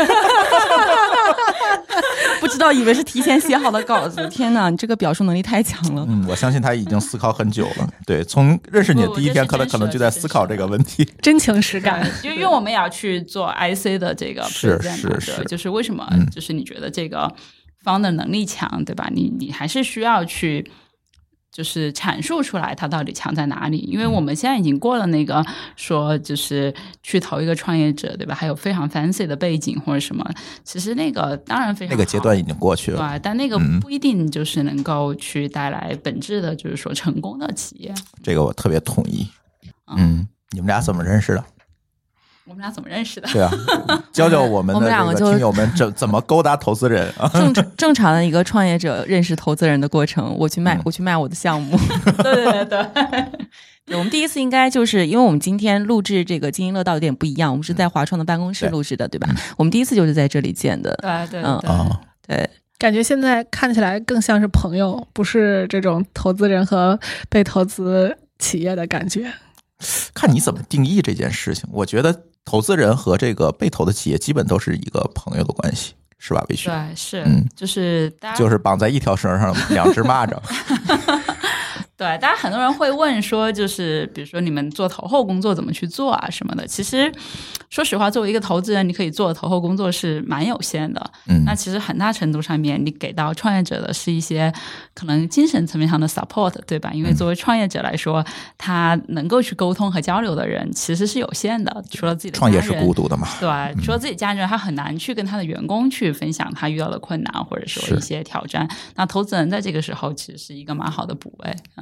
不知道以为是提前写好的稿子，天哪，你这个表述能力太强了。 嗯，我相信他已经思考很久了。对，从认识你的第一天，可能可能就在思考这个问题， 真情实感。 因为因为我们也要去做 I C 的这个 present， 是是是， 就是为什么，就是你觉得这个方的能力强，对吧？你你还是需要去。就是阐述出来它到底强在哪里，因为我们现在已经过了那个说就是去投一个创业者，对吧？还有非常 fancy 的背景或者什么，其实那个当然非常好， 那个阶段已经过去了， 对，但那个不一定就是能够去带来本质的，就是说成功的企业。 这个我特别同意。嗯，你们俩怎么认识的？ 我们俩怎么认识的？ 对啊，教教我们的这个听友们怎怎么勾搭投资人啊？ 正正常的一个创业者认识投资人的过程，我去卖，嗯、我去卖我的项目。 对对对对，我们第一次应该就是因为我们今天录制这个津津乐道有点不一样，我们是在华创的办公室录制的，对, 对吧？我们第一次就是在这里见的。 对对对， 嗯、 哦、 对。 感觉现在看起来更像是朋友，不是这种投资人和被投资企业的感觉。 看你怎么定义这件事情，我觉得。投资人和这个被投的企业基本都是一个朋友的关系，是吧？魏旭？ 对，是， 嗯， 就是大家就是绑在一条绳上，两只蚂蚱。 对，大家很多人会问说，就是比如说你们做投后工作怎么去做啊什么的。其实说实话，作为一个投资人，你可以做的投后工作是蛮有限的。 嗯， 那其实很大程度上面，你给到创业者的是一些可能精神层面上的 support， 对吧？因为作为创业者来说，他能够去沟通和交流的人其实是有限的，除了自己的家人， 创业是孤独的嘛？ 对，除了自己家人，他很难去跟他的员工去分享他遇到的困难或者说一些挑战。那投资人在这个时候其实是一个蛮好的补位。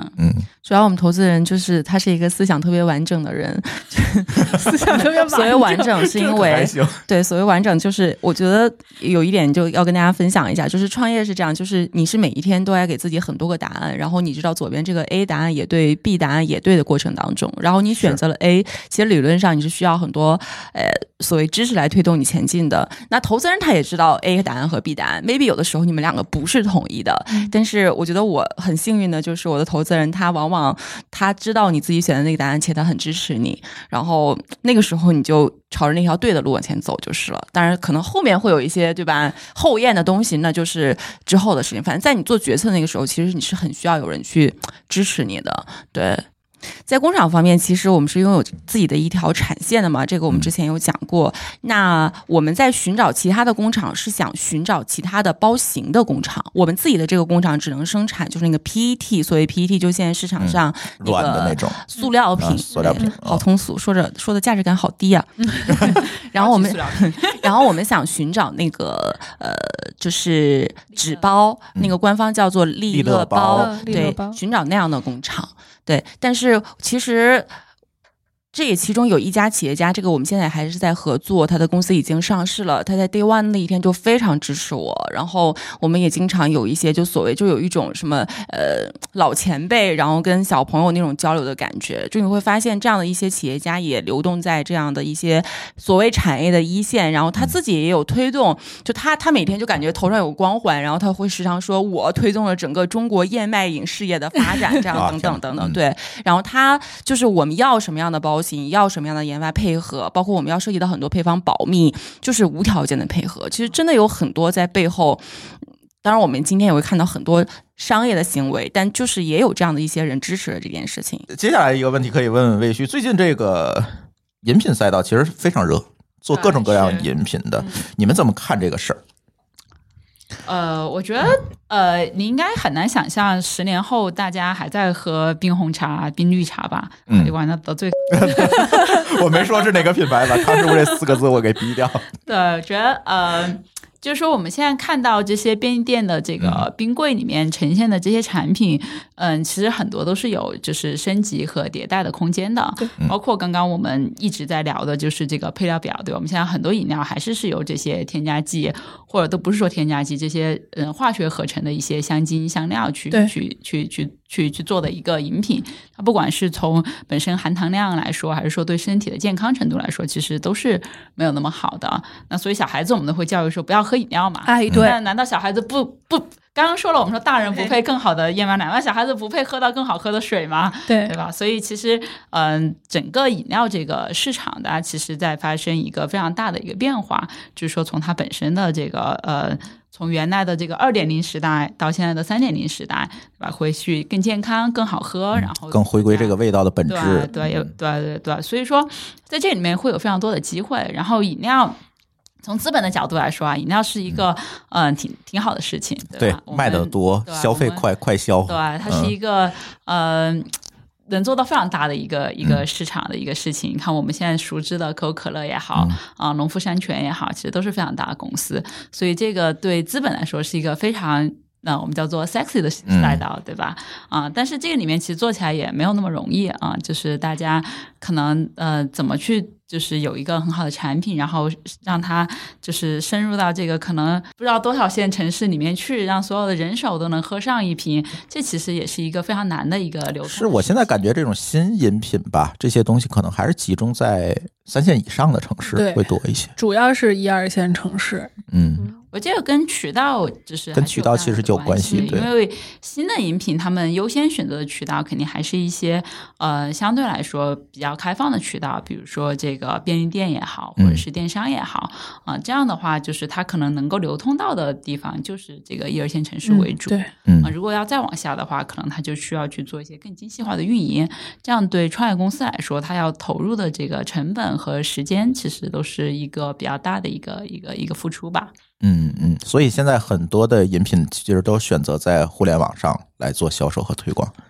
嗯，主要我们投资人就是他是一个思想特别完整的人， 思想特别完整。 所谓完整是因为对，所谓完整就是我觉得有一点就要跟大家分享一下，就是创业是这样，就是你是每一天都要给自己很多个答案，然后你知道左边这个 A 答案也对 B 答案也对的过程当中，然后你选择了 A， 其实理论上你是需要很多呃所谓知识来推动你前进的。那投资人他也知道 A 答案和 B 答案 maybe 有的时候你们两个不是统一的，嗯，但是我觉得我很幸运的就是我的投资人他往往他知道你自己选的那个答案，且他很支持你，然后那个时候你就朝着那条对的路往前走就是了。当然可能后面会有一些对吧后验的东西，那就是之后的事情。反正在你做决策那个时候，其实你是很需要有人去支持你的。对，在工厂方面，其实我们是拥有自己的一条产线的嘛，这个我们之前有讲过。那我们在寻找其他的工厂，是想寻找其他的包型的工厂。我们自己的这个工厂只能生产就是那个 P E T， 所谓 P E T 就现在市场上软的那种塑料品， 塑料品好通俗，说着说的价值感好低啊。然后我们，然后我们想寻找那个呃，就是纸包，那个官方叫做利乐包，对，寻找那样的工厂。对，但是其实这也其中有一家企业家，这个我们现在还是在合作，他的公司已经上市了，他在 day one 那一天就非常支持我，然后我们也经常有一些就所谓就有一种什么呃老前辈然后跟小朋友那种交流的感觉，就你会发现这样的一些企业家也流动在这样的一些所谓产业的一线，然后他自己也有推动，就他他每天就感觉头上有光环，然后他会时常说我推动了整个中国燕麦饮事业的发展，这样等等等等，对，然后他就是我们要什么样的包要什么样的研发配合，包括我们要涉及到很多配方保密，就是无条件的配合。其实真的有很多在背后，当然我们今天也会看到很多商业的行为，但就是也有这样的一些人支持了这件事情。 接下来一个问题可以问问魏旭，最近这个饮品赛道其实非常热，做各种各样饮品的，你们怎么看这个事儿？ 呃，我觉得，呃，你应该很难想象十年后大家还在喝冰红茶、冰绿茶吧？嗯，完了得罪。 我没说是哪个品牌，把康师傅这四个字我给逼掉。 对，我觉得，呃。就是说，我们现在看到这些便利店的这个冰柜里面呈现的这些产品，嗯，其实很多都是有就是升级和迭代的空间的。包括刚刚我们一直在聊的，就是这个配料表，对吧？我们现在很多饮料还是是由这些添加剂，或者都不是说添加剂，这些嗯化学合成的一些香精香料去去去去去去做的一个饮品。它不管是从本身含糖量来说，还是说对身体的健康程度来说，其实都是没有那么好的。那所以小孩子我们都会教育说不要喝饮料嘛， 哎，对， 那难道小孩子不不？刚刚说了，我们说大人不配更好的燕麦奶，那小孩子不配喝到更好喝的水吗？ 对， 对吧？所以其实，嗯、呃，整个饮料这个市场的，其实在发生一个非常大的一个变化，就是说从它本身的这个呃。从原来的这个二点零时代到现在的三点零时代，对吧？会去更健康、更好喝，然后更回归这个味道的本质。 对对对对对，所以说在这里面会有非常多的机会。然后饮料从资本的角度来说啊，饮料是一个嗯、呃、挺挺好的事情，对吧？ 对，卖得多，消费快，快消。 对，它是一个嗯。呃能做到非常大的一个一个市场的一个事情。你看我们现在熟知的可口可乐也好啊，农夫山泉也好，其实都是非常大的公司，所以这个对资本来说是一个非常那我们叫做 sexy 的赛道，对吧？啊，但是这个里面其实做起来也没有那么容易啊，就是大家可能呃怎么去就是有一个很好的产品，然后让它就是深入到这个可能不知道多少线城市里面去，让所有的人手都能喝上一瓶，这其实也是一个非常难的一个流程。 是我现在感觉这种新饮品吧，这些东西可能还是集中在三线以上的城市会多一些， 主要是一二线城市。 嗯。 我这个跟渠道就是跟渠道其实就有关系，对， 因为新的饮品他们优先选择的渠道肯定还是一些呃相对来说比较开放的渠道，比如说这个便利店也好，或者是电商也好啊、嗯呃，这样的话就是它可能能够流通到的地方就是这个一二线城市为主。 嗯、对， 嗯、呃，如果要再往下的话，可能它就需要去做一些更精细化的运营，这样对创业公司来说，它要投入的这个成本和时间其实都是一个比较大的一个一个一个付出吧。 嗯嗯，所以现在很多的饮品其实都选择在互联网上来做销售和推广，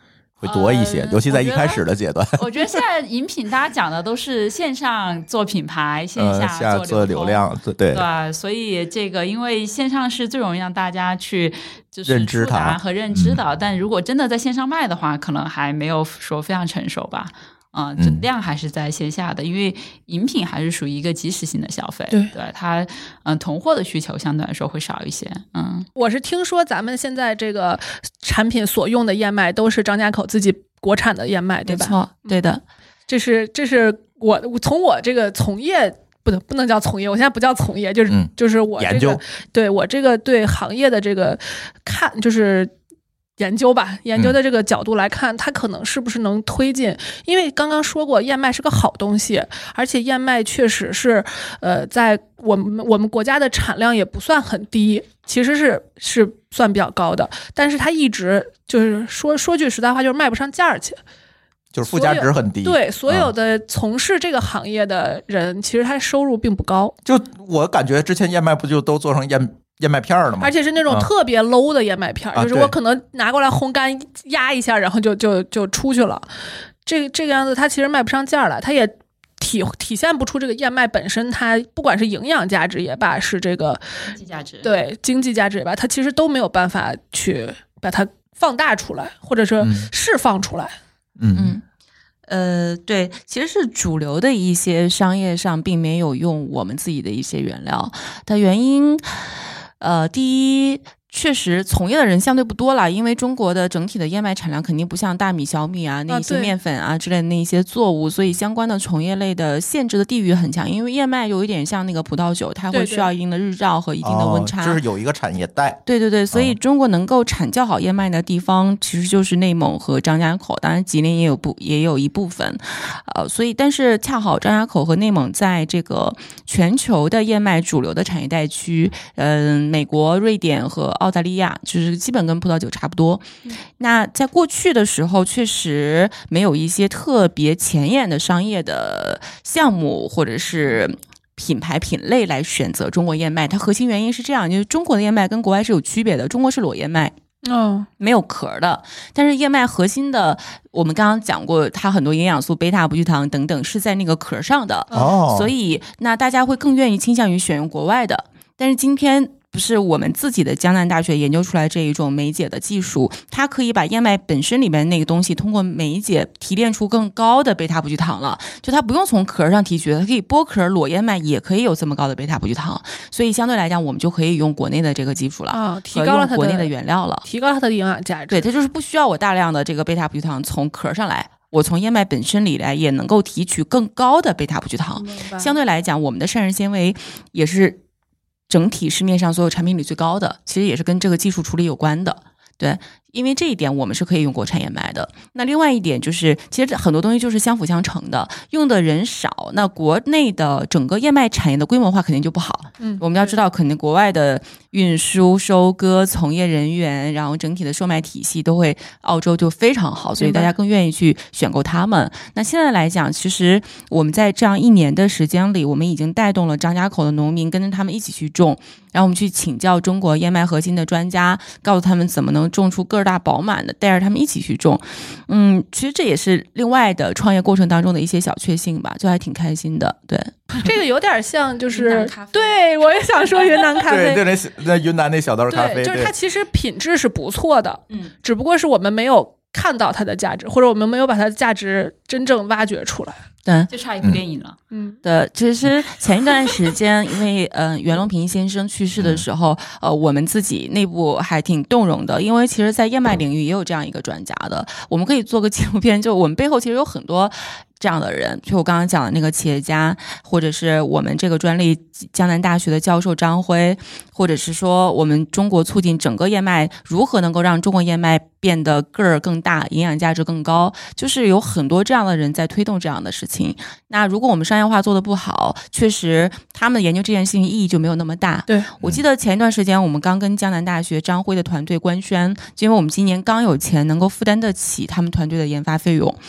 会多一些， 呃尤其在一开始的阶段。 我觉得现在饮品大家讲的都是线上做品牌，线呃、 下下做做流量，对对对，所以这个因为线上是最容易让大家去就是认知它和认知的、嗯，但如果真的在线上卖的话，可能还没有说非常成熟吧。嗯，这量还是在线下的、嗯，因为饮品还是属于一个即时性的消费， 对， 对它，嗯，囤货的需求相对来说会少一些。嗯， 我是听说咱们现在这个产品所用的燕麦都是张家口自己国产的燕麦，对吧？ 没错，对的， 这是这是我从我这个从业。不能不能叫从业，我现在不叫从业，就是、嗯、就是我、这个、 研究， 对我这个对行业的这个看就是研究吧，研究的这个角度来看，嗯、它可能是不是能推进？因为刚刚说过，燕麦是个好东西，而且燕麦确实是呃，在我们我们国家的产量也不算很低，其实是是算比较高的，但是它一直就是说说句实在话，就是卖不上价去。 就是附加值很低， 对所有的从事这个行业的人、嗯，其实他收入并不高。 就我感觉之前燕麦不就都做成燕燕麦片了吗？ 而且是那种特别 low 的燕麦片、嗯，就是我可能拿过来烘干压一下，然后就就就出去了。这这个样子，它其实卖不上价来，它也体体现不出这个燕麦本身，它不管是营养价值也罢，是这个经济价值， 对经济价值也罢，它其实都没有办法去把它放大出来，或者是释放出来。 嗯。 嗯呃，对，其实是主流的一些商业上并没有用我们自己的一些原料的原因，呃，第一。确实从业的人相对不多了，因为中国的整体的燕麦产量肯定不像大米、小米啊那些面粉啊之类的那些作物，所以相关的从业类的限制的地域很强。因为燕麦有一点像那个葡萄酒，它会需要一定的日照和一定的温差， 哦、就是有一个产业带。 对对对，所以中国能够产较好燕麦的地方，其实就是内蒙和张家口，当然吉林也有部也有一部分，呃，所以但是恰好张家口和内蒙在这个全球的燕麦主流的产业带区，嗯、呃，美国、瑞典和澳大利亚就是基本跟葡萄酒差不多、嗯、那在过去的时候确实没有一些特别前沿的商业的项目或者是品牌品类来选择中国燕麦，它核心原因是这样，就是中国的燕麦跟国外是有区别的，中国是裸燕麦， 嗯， 没有壳的，但是燕麦核心的我们刚刚讲过，它很多营养素贝塔不聚糖等等是在那个壳上的、 哦、 所以那大家会更愿意倾向于选用国外的。但是今天不是我们自己的江南大学研究出来这一种酶解的技术，它可以把燕麦本身里面那个东西通过酶解提炼出更高的贝塔不聚糖了，就它不用从壳上提取，它可以剥壳裸燕麦也可以有这么高的贝塔不聚糖，所以相对来讲我们就可以用国内的这个技术了、 哦、提高了它的国内的原料了， 提高它的营养价值。 对，它就是不需要我大量的这个贝塔不聚糖从壳上来，我从燕麦本身里来也能够提取更高的贝塔不聚糖，相对来讲我们的膳食纤维也是整体市面上所有产品里最高的，其实也是跟这个技术处理有关的。对，因为这一点我们是可以用国产燕麦的。那另外一点就是，其实很多东西就是相辅相成的，用的人少，那国内的整个燕麦产业的规模化肯定就不好。 嗯， 我们要知道，肯定国外的运输、收割、从业人员，然后整体的售卖体系都会，澳洲就非常好，所以大家更愿意去选购他们。那现在来讲，其实我们在这样一年的时间里，我们已经带动了张家口的农民跟着他们一起去种，然后我们去请教中国燕麦核心的专家，告诉他们怎么能种出个儿大饱满的，带着他们一起去种。嗯，其实这也是另外的创业过程当中的一些小确幸吧，就还挺开心的。对， 这个有点像就是对我也想说云南咖啡， 对对，那那云南那小豆咖啡， 对，就是它其实品质是不错的， 嗯， 只不过是我们没有看到它的价值，或者我们没有把它的价值真正挖掘出来。 对， 就差一部电影了。 嗯， 对，其实前一段时间，因为呃袁隆平先生去世的时候，呃，我们自己内部还挺动容的，因为其实，在燕麦领域也有这样一个专家的，我们可以做个纪录片，就我们背后其实有很多这样的人，就我刚刚讲的那个企业家，或者是我们这个专利江南大学的教授张辉，或者是说我们中国促进整个燕麦如何能够让中国燕麦变得个儿更大，营养价值更高，就是有很多这样的人在推动这样的事情。那如果我们商业化做得不好，确实他们研究这件事情意义就没有那么大。 对， 我记得前一段时间我们刚跟江南大学张辉的团队官宣，因为我们今年刚有钱能够负担得起他们团队的研发费用。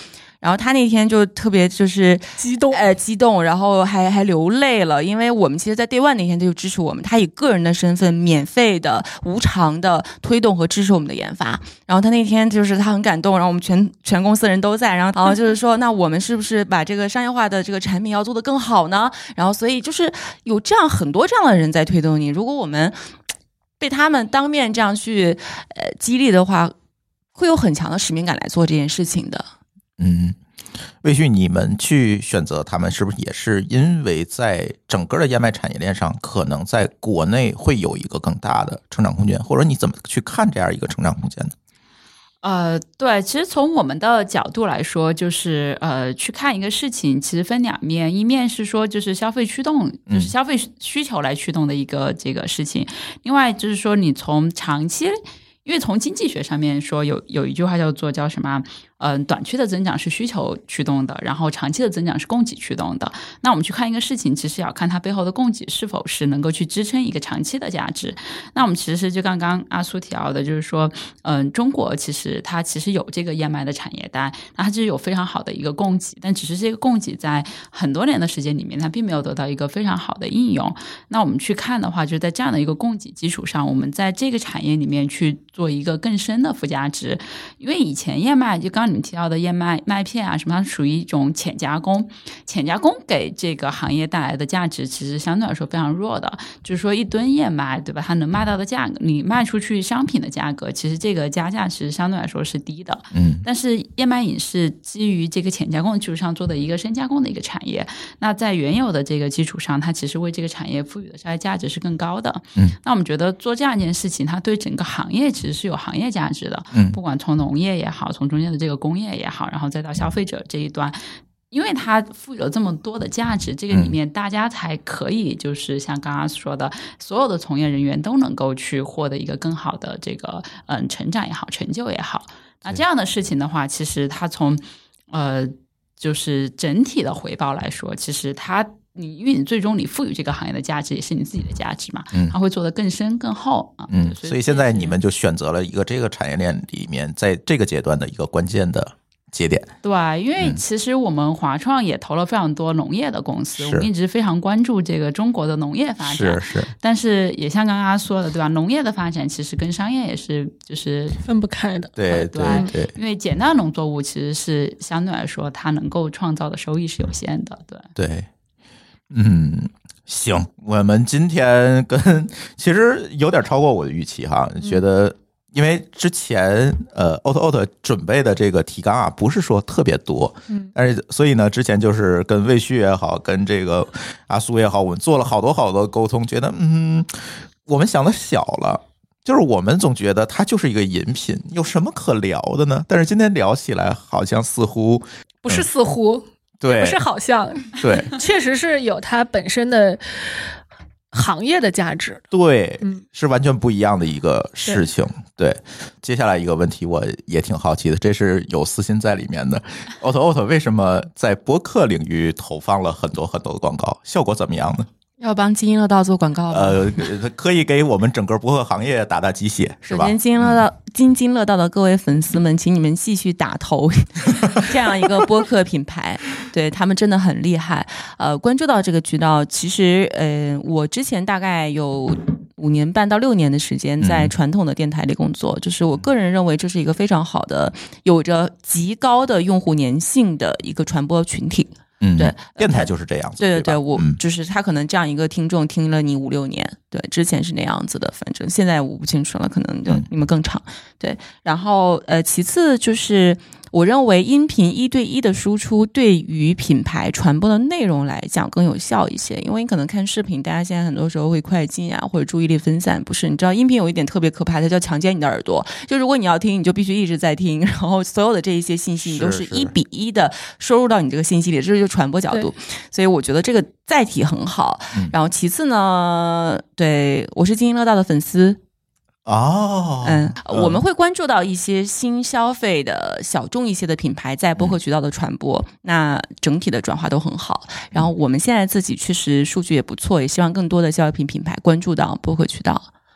然后他那天就特别就是激动， 呃，激动，然后还还流泪了，因为我们其实，在 Day One 那天他就支持我们，他以个人的身份免费的、无偿的推动和支持我们的研发。然后他那天就是他很感动，然后我们全全公司的人都在，然后然后就是说，那我们是不是把这个商业化的这个产品要做得更好呢？然后所以就是有这样很多这样的人在推动你，如果我们被他们当面这样去呃激励的话，会有很强的使命感来做这件事情的。 嗯，魏旭，你们去选择他们，是不是也是因为在整个的燕麦产业链上，可能在国内会有一个更大的成长空间，或者你怎么去看这样一个成长空间呢？ 呃，对，其实从我们的角度来说，就是呃，去看一个事情，其实分两面，一面是说就是消费驱动，就是消费需求来驱动的一个这个事情，另外就是说你从长期。因为从经济学上面说，有有一句话叫做叫什么？嗯、呃，短期的增长是需求驱动的，然后长期的增长是供给驱动的。那我们去看一个事情，其实要看它背后的供给是否是能够去支撑一个长期的价值。那我们其实就刚刚阿苏提到的，就是说，嗯、呃，中国其实它其实有这个燕麦的产业带，那它其实有非常好的一个供给，但只是这个供给在很多年的时间里面，它并没有得到一个非常好的应用。那我们去看的话，就是在这样的一个供给基础上，我们在这个产业里面去做一个更深的附加值。因为以前燕麦就刚刚你们提到的燕麦麦片啊什么，它属于一种浅加工，浅加工给这个行业带来的价值其实相对来说非常弱的。就是说一吨燕麦，对吧？它能卖到的价格，你卖出去商品的价格，其实这个加价其实相对来说是低的。 嗯， 但是燕麦饮是基于这个浅加工基础上做的一个深加工的一个产业，那在原有的这个基础上，它其实为这个产业赋予的商业价值是更高的。 嗯， 那我们觉得做这样一件事情，它对整个行业其实是有行业价值的。 嗯， 不管从农业也好，从中间的这个工业也好，然后再到消费者这一端，因为它赋予了这么多的价值，这个里面大家才可以就是像刚刚说的，所有的从业人员都能够去获得一个更好的这个嗯成长也好，成就也好。那这样的事情的话，其实它从呃就是整体的回报来说，其实它。你因为你最终你赋予这个行业的价值也是你自己的价值嘛， 嗯， 它会做得更深更厚啊。 嗯， 所以所以现在你们就选择了一个这个产业链里面，在这个阶段的一个关键的节点。 对，因为其实我们华创也投了非常多农业的公司， 嗯、 我们一直非常关注这个中国的农业发展。 是是， 但是也像刚刚说的，对吧？农业的发展其实跟商业也是就是分不开的。 对对对, 对， 因为简单的农作物其实是相对来说它能够创造的收益是有限的。对对。 嗯，行，我们今天跟其实有点超过我的预期哈，觉得因为之前呃 Auto Auto 准备的这个提纲啊，不是说特别多，嗯，但是所以呢，之前就是跟魏旭也好，跟这个阿苏也好，我们做了好多好多沟通，觉得嗯，我们想的小了。就是我们总觉得它就是一个饮品，有什么可聊的呢？但是今天聊起来，好像似乎不是似乎。嗯对， 不是好像， 对， 确实是有它本身的行业的价值， 对， 嗯， 是完全不一样的一个事情。对，对接下来一个问题我也挺好奇的，这是有私心在里面的。Auto Auto 为什么在播客领域投放了很多很多的广告，效果怎么样呢？ 要帮津津乐道做广告吧？ 呃，可以给我们整个播客行业打打鸡血，是吧？ 首先，津津乐道、津津乐道的各位粉丝们，请你们继续打头这样一个播客品牌，对他们真的很厉害。呃，关注到这个渠道，其实呃，我之前大概有五年半到六年的时间在传统的电台里工作，嗯、就是我个人认为这是一个非常好的、有着极高的用户粘性的一个传播群体。 嗯， 对， 电台就是这样子。 对对对，我、 嗯、 就是他可能这样一个听众听了你五六年，对，之前是那样子的，反正现在我不清楚了，可能就你们更长。嗯、对，然后呃，其次就是我认为音频一对一的输出对于品牌传播的内容来讲更有效一些，因为你可能看视频，大家现在很多时候会快进啊，或者注意力分散，不是？你知道音频有一点特别可怕，它叫强奸你的耳朵，就如果你要听，你就必须一直在听，然后所有的这一些信息你都是一比一的收入到你这个信息里，这就是传播角度。所以我觉得这个载体很好。嗯、然后其次呢，对我是津津乐道的粉丝。 哦， 嗯，我们会关注到一些新消费的小众一些的品牌在播客渠道的传播，嗯、那整体的转化都很好。然后我们现在自己确实数据也不错，也希望更多的消费品品牌关注到播客渠道。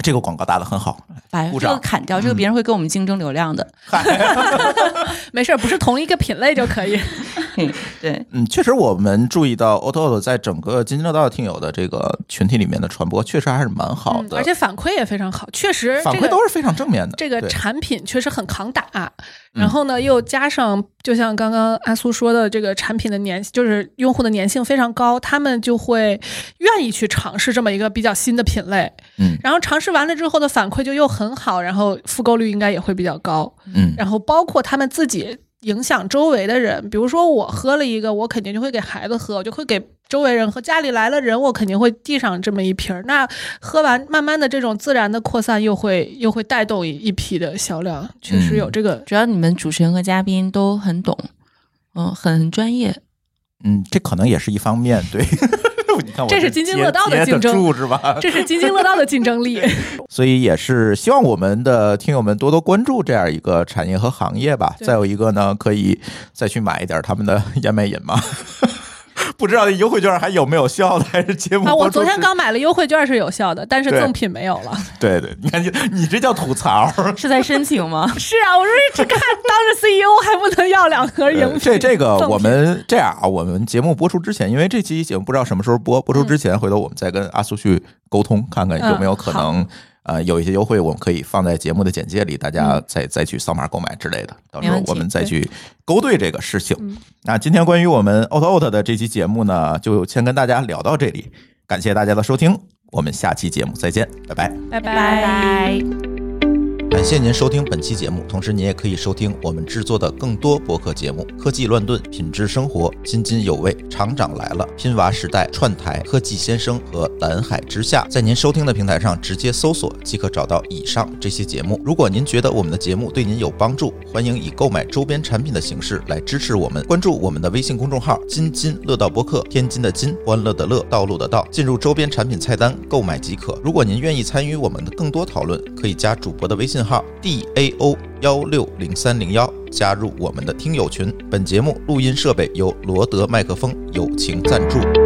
这个广告打得很好， 把这个砍掉，这个别人会跟我们竞争流量的。 没事，不是同一个品类就可以。 对， 嗯，确实我们注意到 Otto 在整个津津乐道的听友的这个群体里面的传播确实还是蛮好的， 嗯、而且反馈也非常好，确实、这个、 反馈都是非常正面的。 这个产品确实很抗打，然后呢，又加上就像刚刚阿苏说的，这个产品的粘，就是用户的粘性非常高，他们就会愿意去尝试这么一个比较新的品类。 嗯， 然后尝试完了之后的反馈就又很好，然后复购率应该也会比较高。 嗯， 然后包括他们自己影响周围的人，比如说我喝了一个，我肯定就会给孩子喝，我就会给周围人喝，家里来了人，我肯定会递上这么一瓶。那喝完，慢慢的这种自然的扩散，又会又会带动一批的销量，确实有这个。 嗯、主要你们主持人和嘉宾都很懂，嗯，很很专业。 嗯，这可能也是一方面，对。你看我这是津津乐道的竞争， 是吧？ 这是津津乐道的竞争力。 所以也是希望我们的听友们多多关注这样一个产业和行业吧。再有一个呢，可以再去买一点他们的燕麦饮嘛。不知道优惠券还有没有效的，还是节目、 啊、我昨天刚买了优惠券是有效的，但是赠品没有了。 对 对, 对，你看你你这叫吐槽， 是在申请吗？ 是啊，我说只看当着 C E O 还不能要两盒饮品。 这这个我们这样啊，我们节目播出之前，因为这期节目不知道什么时候播，播出之前、嗯、回头我们再跟阿苏去沟通，看看有没有可能。嗯呃，有一些优惠我们可以放在节目的简介里，大家再、嗯、再去扫码购买之类的，到时候我们再去勾兑这个事情。那今天关于我们 Otto Out 的这期节目呢，就先跟大家聊到这里，感谢大家的收听，我们下期节目再见，拜拜， 拜拜拜。 感谢您收听本期节目，同时您也可以收听我们制作的更多播客节目：科技乱炖、品质生活、津津有味、厂长来了、拼娃时代、串台、科技先生和蓝海之下。在您收听的平台上直接搜索即可找到以上这些节目。如果您觉得我们的节目对您有帮助，欢迎以购买周边产品的形式来支持我们。关注我们的微信公众号津津乐道播客，天津的津，欢乐的乐，道路的道，进入周边产品菜单购买即可。如果您愿意参与我们的更多讨论，可以加主播的微信号 D A O 一六零三零一，加入我们的听友群。本节目录音设备由罗德麦克风友情赞助。